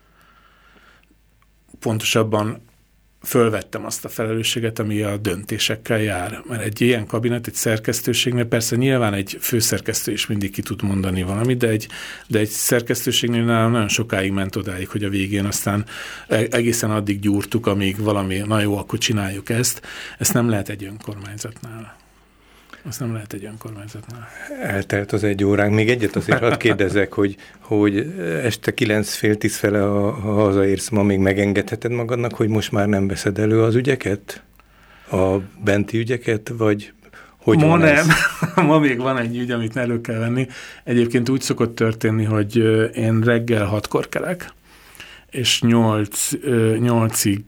Pontosabban fölvettem azt a felelősséget, ami a döntésekkel jár. Mert egy ilyen kabinet, egy szerkesztőségnél persze nyilván egy főszerkesztő is mindig ki tud mondani valamit, de egy, de egy szerkesztőségnél nagyon sokáig ment odáig, hogy a végén aztán egészen addig gyúrtuk, amíg valami, na jó, akkor csináljuk ezt. Ezt nem lehet egy önkormányzatnál. Azt nem lehet egy önkormányzatnál.
Eltelt az egy óránk. Még egyet azért hadd kérdezek, hogy, hogy este kilenc fél tíz fele, ha hazaérsz, ma még megengedheted magadnak, hogy most már nem veszed elő az ügyeket? A benti ügyeket, vagy hogy
ma
van
nem.
ez?
Ma még van egy ügy, amit elő kell venni. Egyébként úgy szokott történni, hogy én reggel hatkor kelek, és nyolc, nyolcig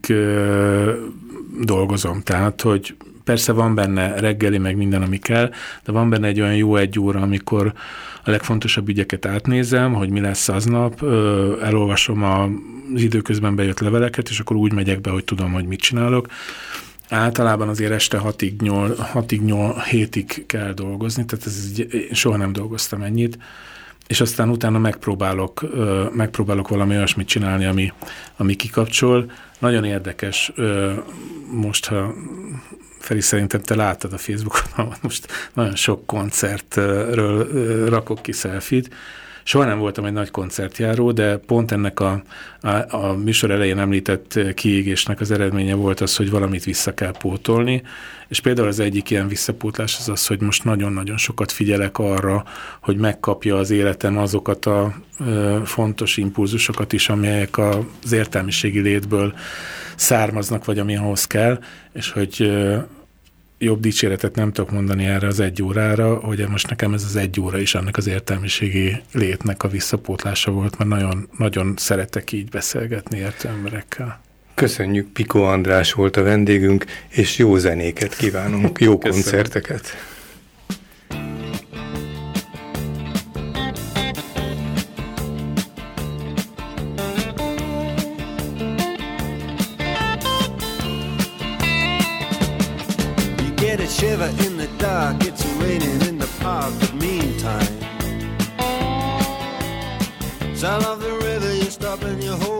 dolgozom. Tehát, hogy persze van benne reggeli, meg minden, ami kell, de van benne egy olyan jó egy óra, amikor a legfontosabb ügyeket átnézem, hogy mi lesz aznap, elolvasom az időközben bejött leveleket, és akkor úgy megyek be, hogy tudom, hogy mit csinálok. Általában azért este hatig, nyolc, hétig kell dolgozni, tehát ez, soha nem dolgoztam ennyit, és aztán utána megpróbálok, megpróbálok valami olyasmit csinálni, ami, ami kikapcsol. Nagyon érdekes, most, ha Feri, szerintem te láttad a Facebookon, most nagyon sok koncertről rakok ki selfie-t. Soha nem voltam egy nagy koncertjáró, de pont ennek a, a, a műsor elején említett kiégésnek az eredménye volt az, hogy valamit vissza kell pótolni, és például az egyik ilyen visszapótlás az az, hogy most nagyon-nagyon sokat figyelek arra, hogy megkapja az életem azokat a ö, fontos impulzusokat is, amelyek az értelmiségi létből származnak, vagy ami ahhoz kell, és hogy ö, jobb dicséretet nem tudok mondani erre az egy órára, hogy most nekem ez az egy óra is annak az értelmiségi létnek a visszapótlása volt, mert nagyon, nagyon szeretek így beszélgetni értő emberekkel.
Köszönjük, Piko András volt a vendégünk, és jó zenéket kívánunk, jó
Köszönöm.
koncerteket.
Shiver in the dark, it's raining in the park, but meantime, sound of the river, you stop and you hold